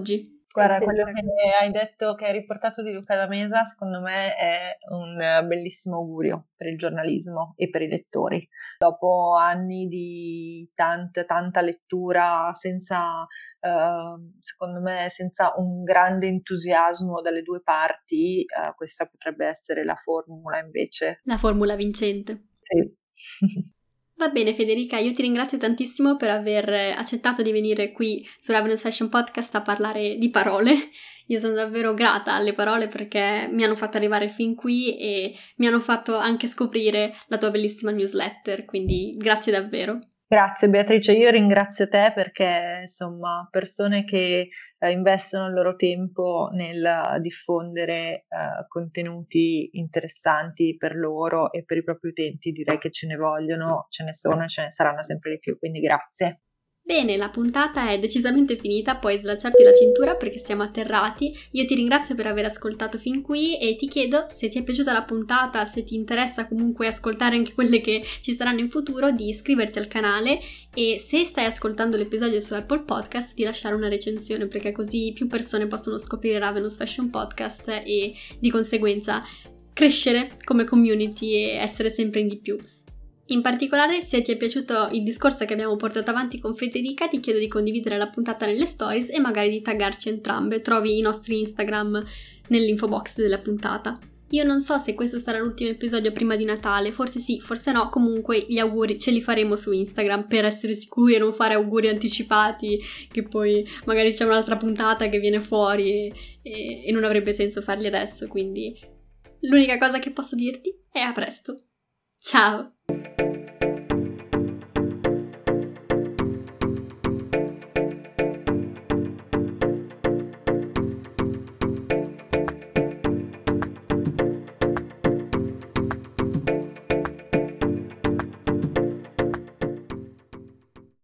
Guarda, quello che hai detto, che hai riportato di Luca Lamesa, secondo me è un bellissimo augurio per il giornalismo e per i lettori. Dopo anni di tanta, tanta lettura, senza, eh, secondo me, senza un grande entusiasmo dalle due parti, eh, questa potrebbe essere la formula invece. La formula vincente. Sì. Va bene Federica, io ti ringrazio tantissimo per aver accettato di venire qui su Ravenous Fashion Podcast a parlare di parole. Io sono davvero grata alle parole perché mi hanno fatto arrivare fin qui e mi hanno fatto anche scoprire la tua bellissima newsletter, quindi grazie davvero. Grazie Beatrice, io ringrazio te perché insomma persone che eh, investono il loro tempo nel diffondere eh, contenuti interessanti per loro e per i propri utenti, direi che ce ne vogliono, ce ne sono e ce ne saranno sempre di più, quindi grazie. Bene, la puntata è decisamente finita, puoi slacciarti la cintura perché siamo atterrati. Io ti ringrazio per aver ascoltato fin qui e ti chiedo, se ti è piaciuta la puntata, se ti interessa comunque ascoltare anche quelle che ci saranno in futuro, di iscriverti al canale e se stai ascoltando l'episodio su Apple Podcast di lasciare una recensione perché così più persone possono scoprire Ravenous Fashion Podcast e di conseguenza crescere come community e essere sempre in di più. In particolare, se ti è piaciuto il discorso che abbiamo portato avanti con Federica, ti chiedo di condividere la puntata nelle stories e magari di taggarci entrambe. Trovi i nostri Instagram nell'info box della puntata. Io non so se questo sarà l'ultimo episodio prima di Natale, forse sì, forse no, comunque gli auguri ce li faremo su Instagram per essere sicuri e non fare auguri anticipati, che poi magari c'è un'altra puntata che viene fuori e, e, e non avrebbe senso farli adesso, quindi l'unica cosa che posso dirti è a presto. Ciao!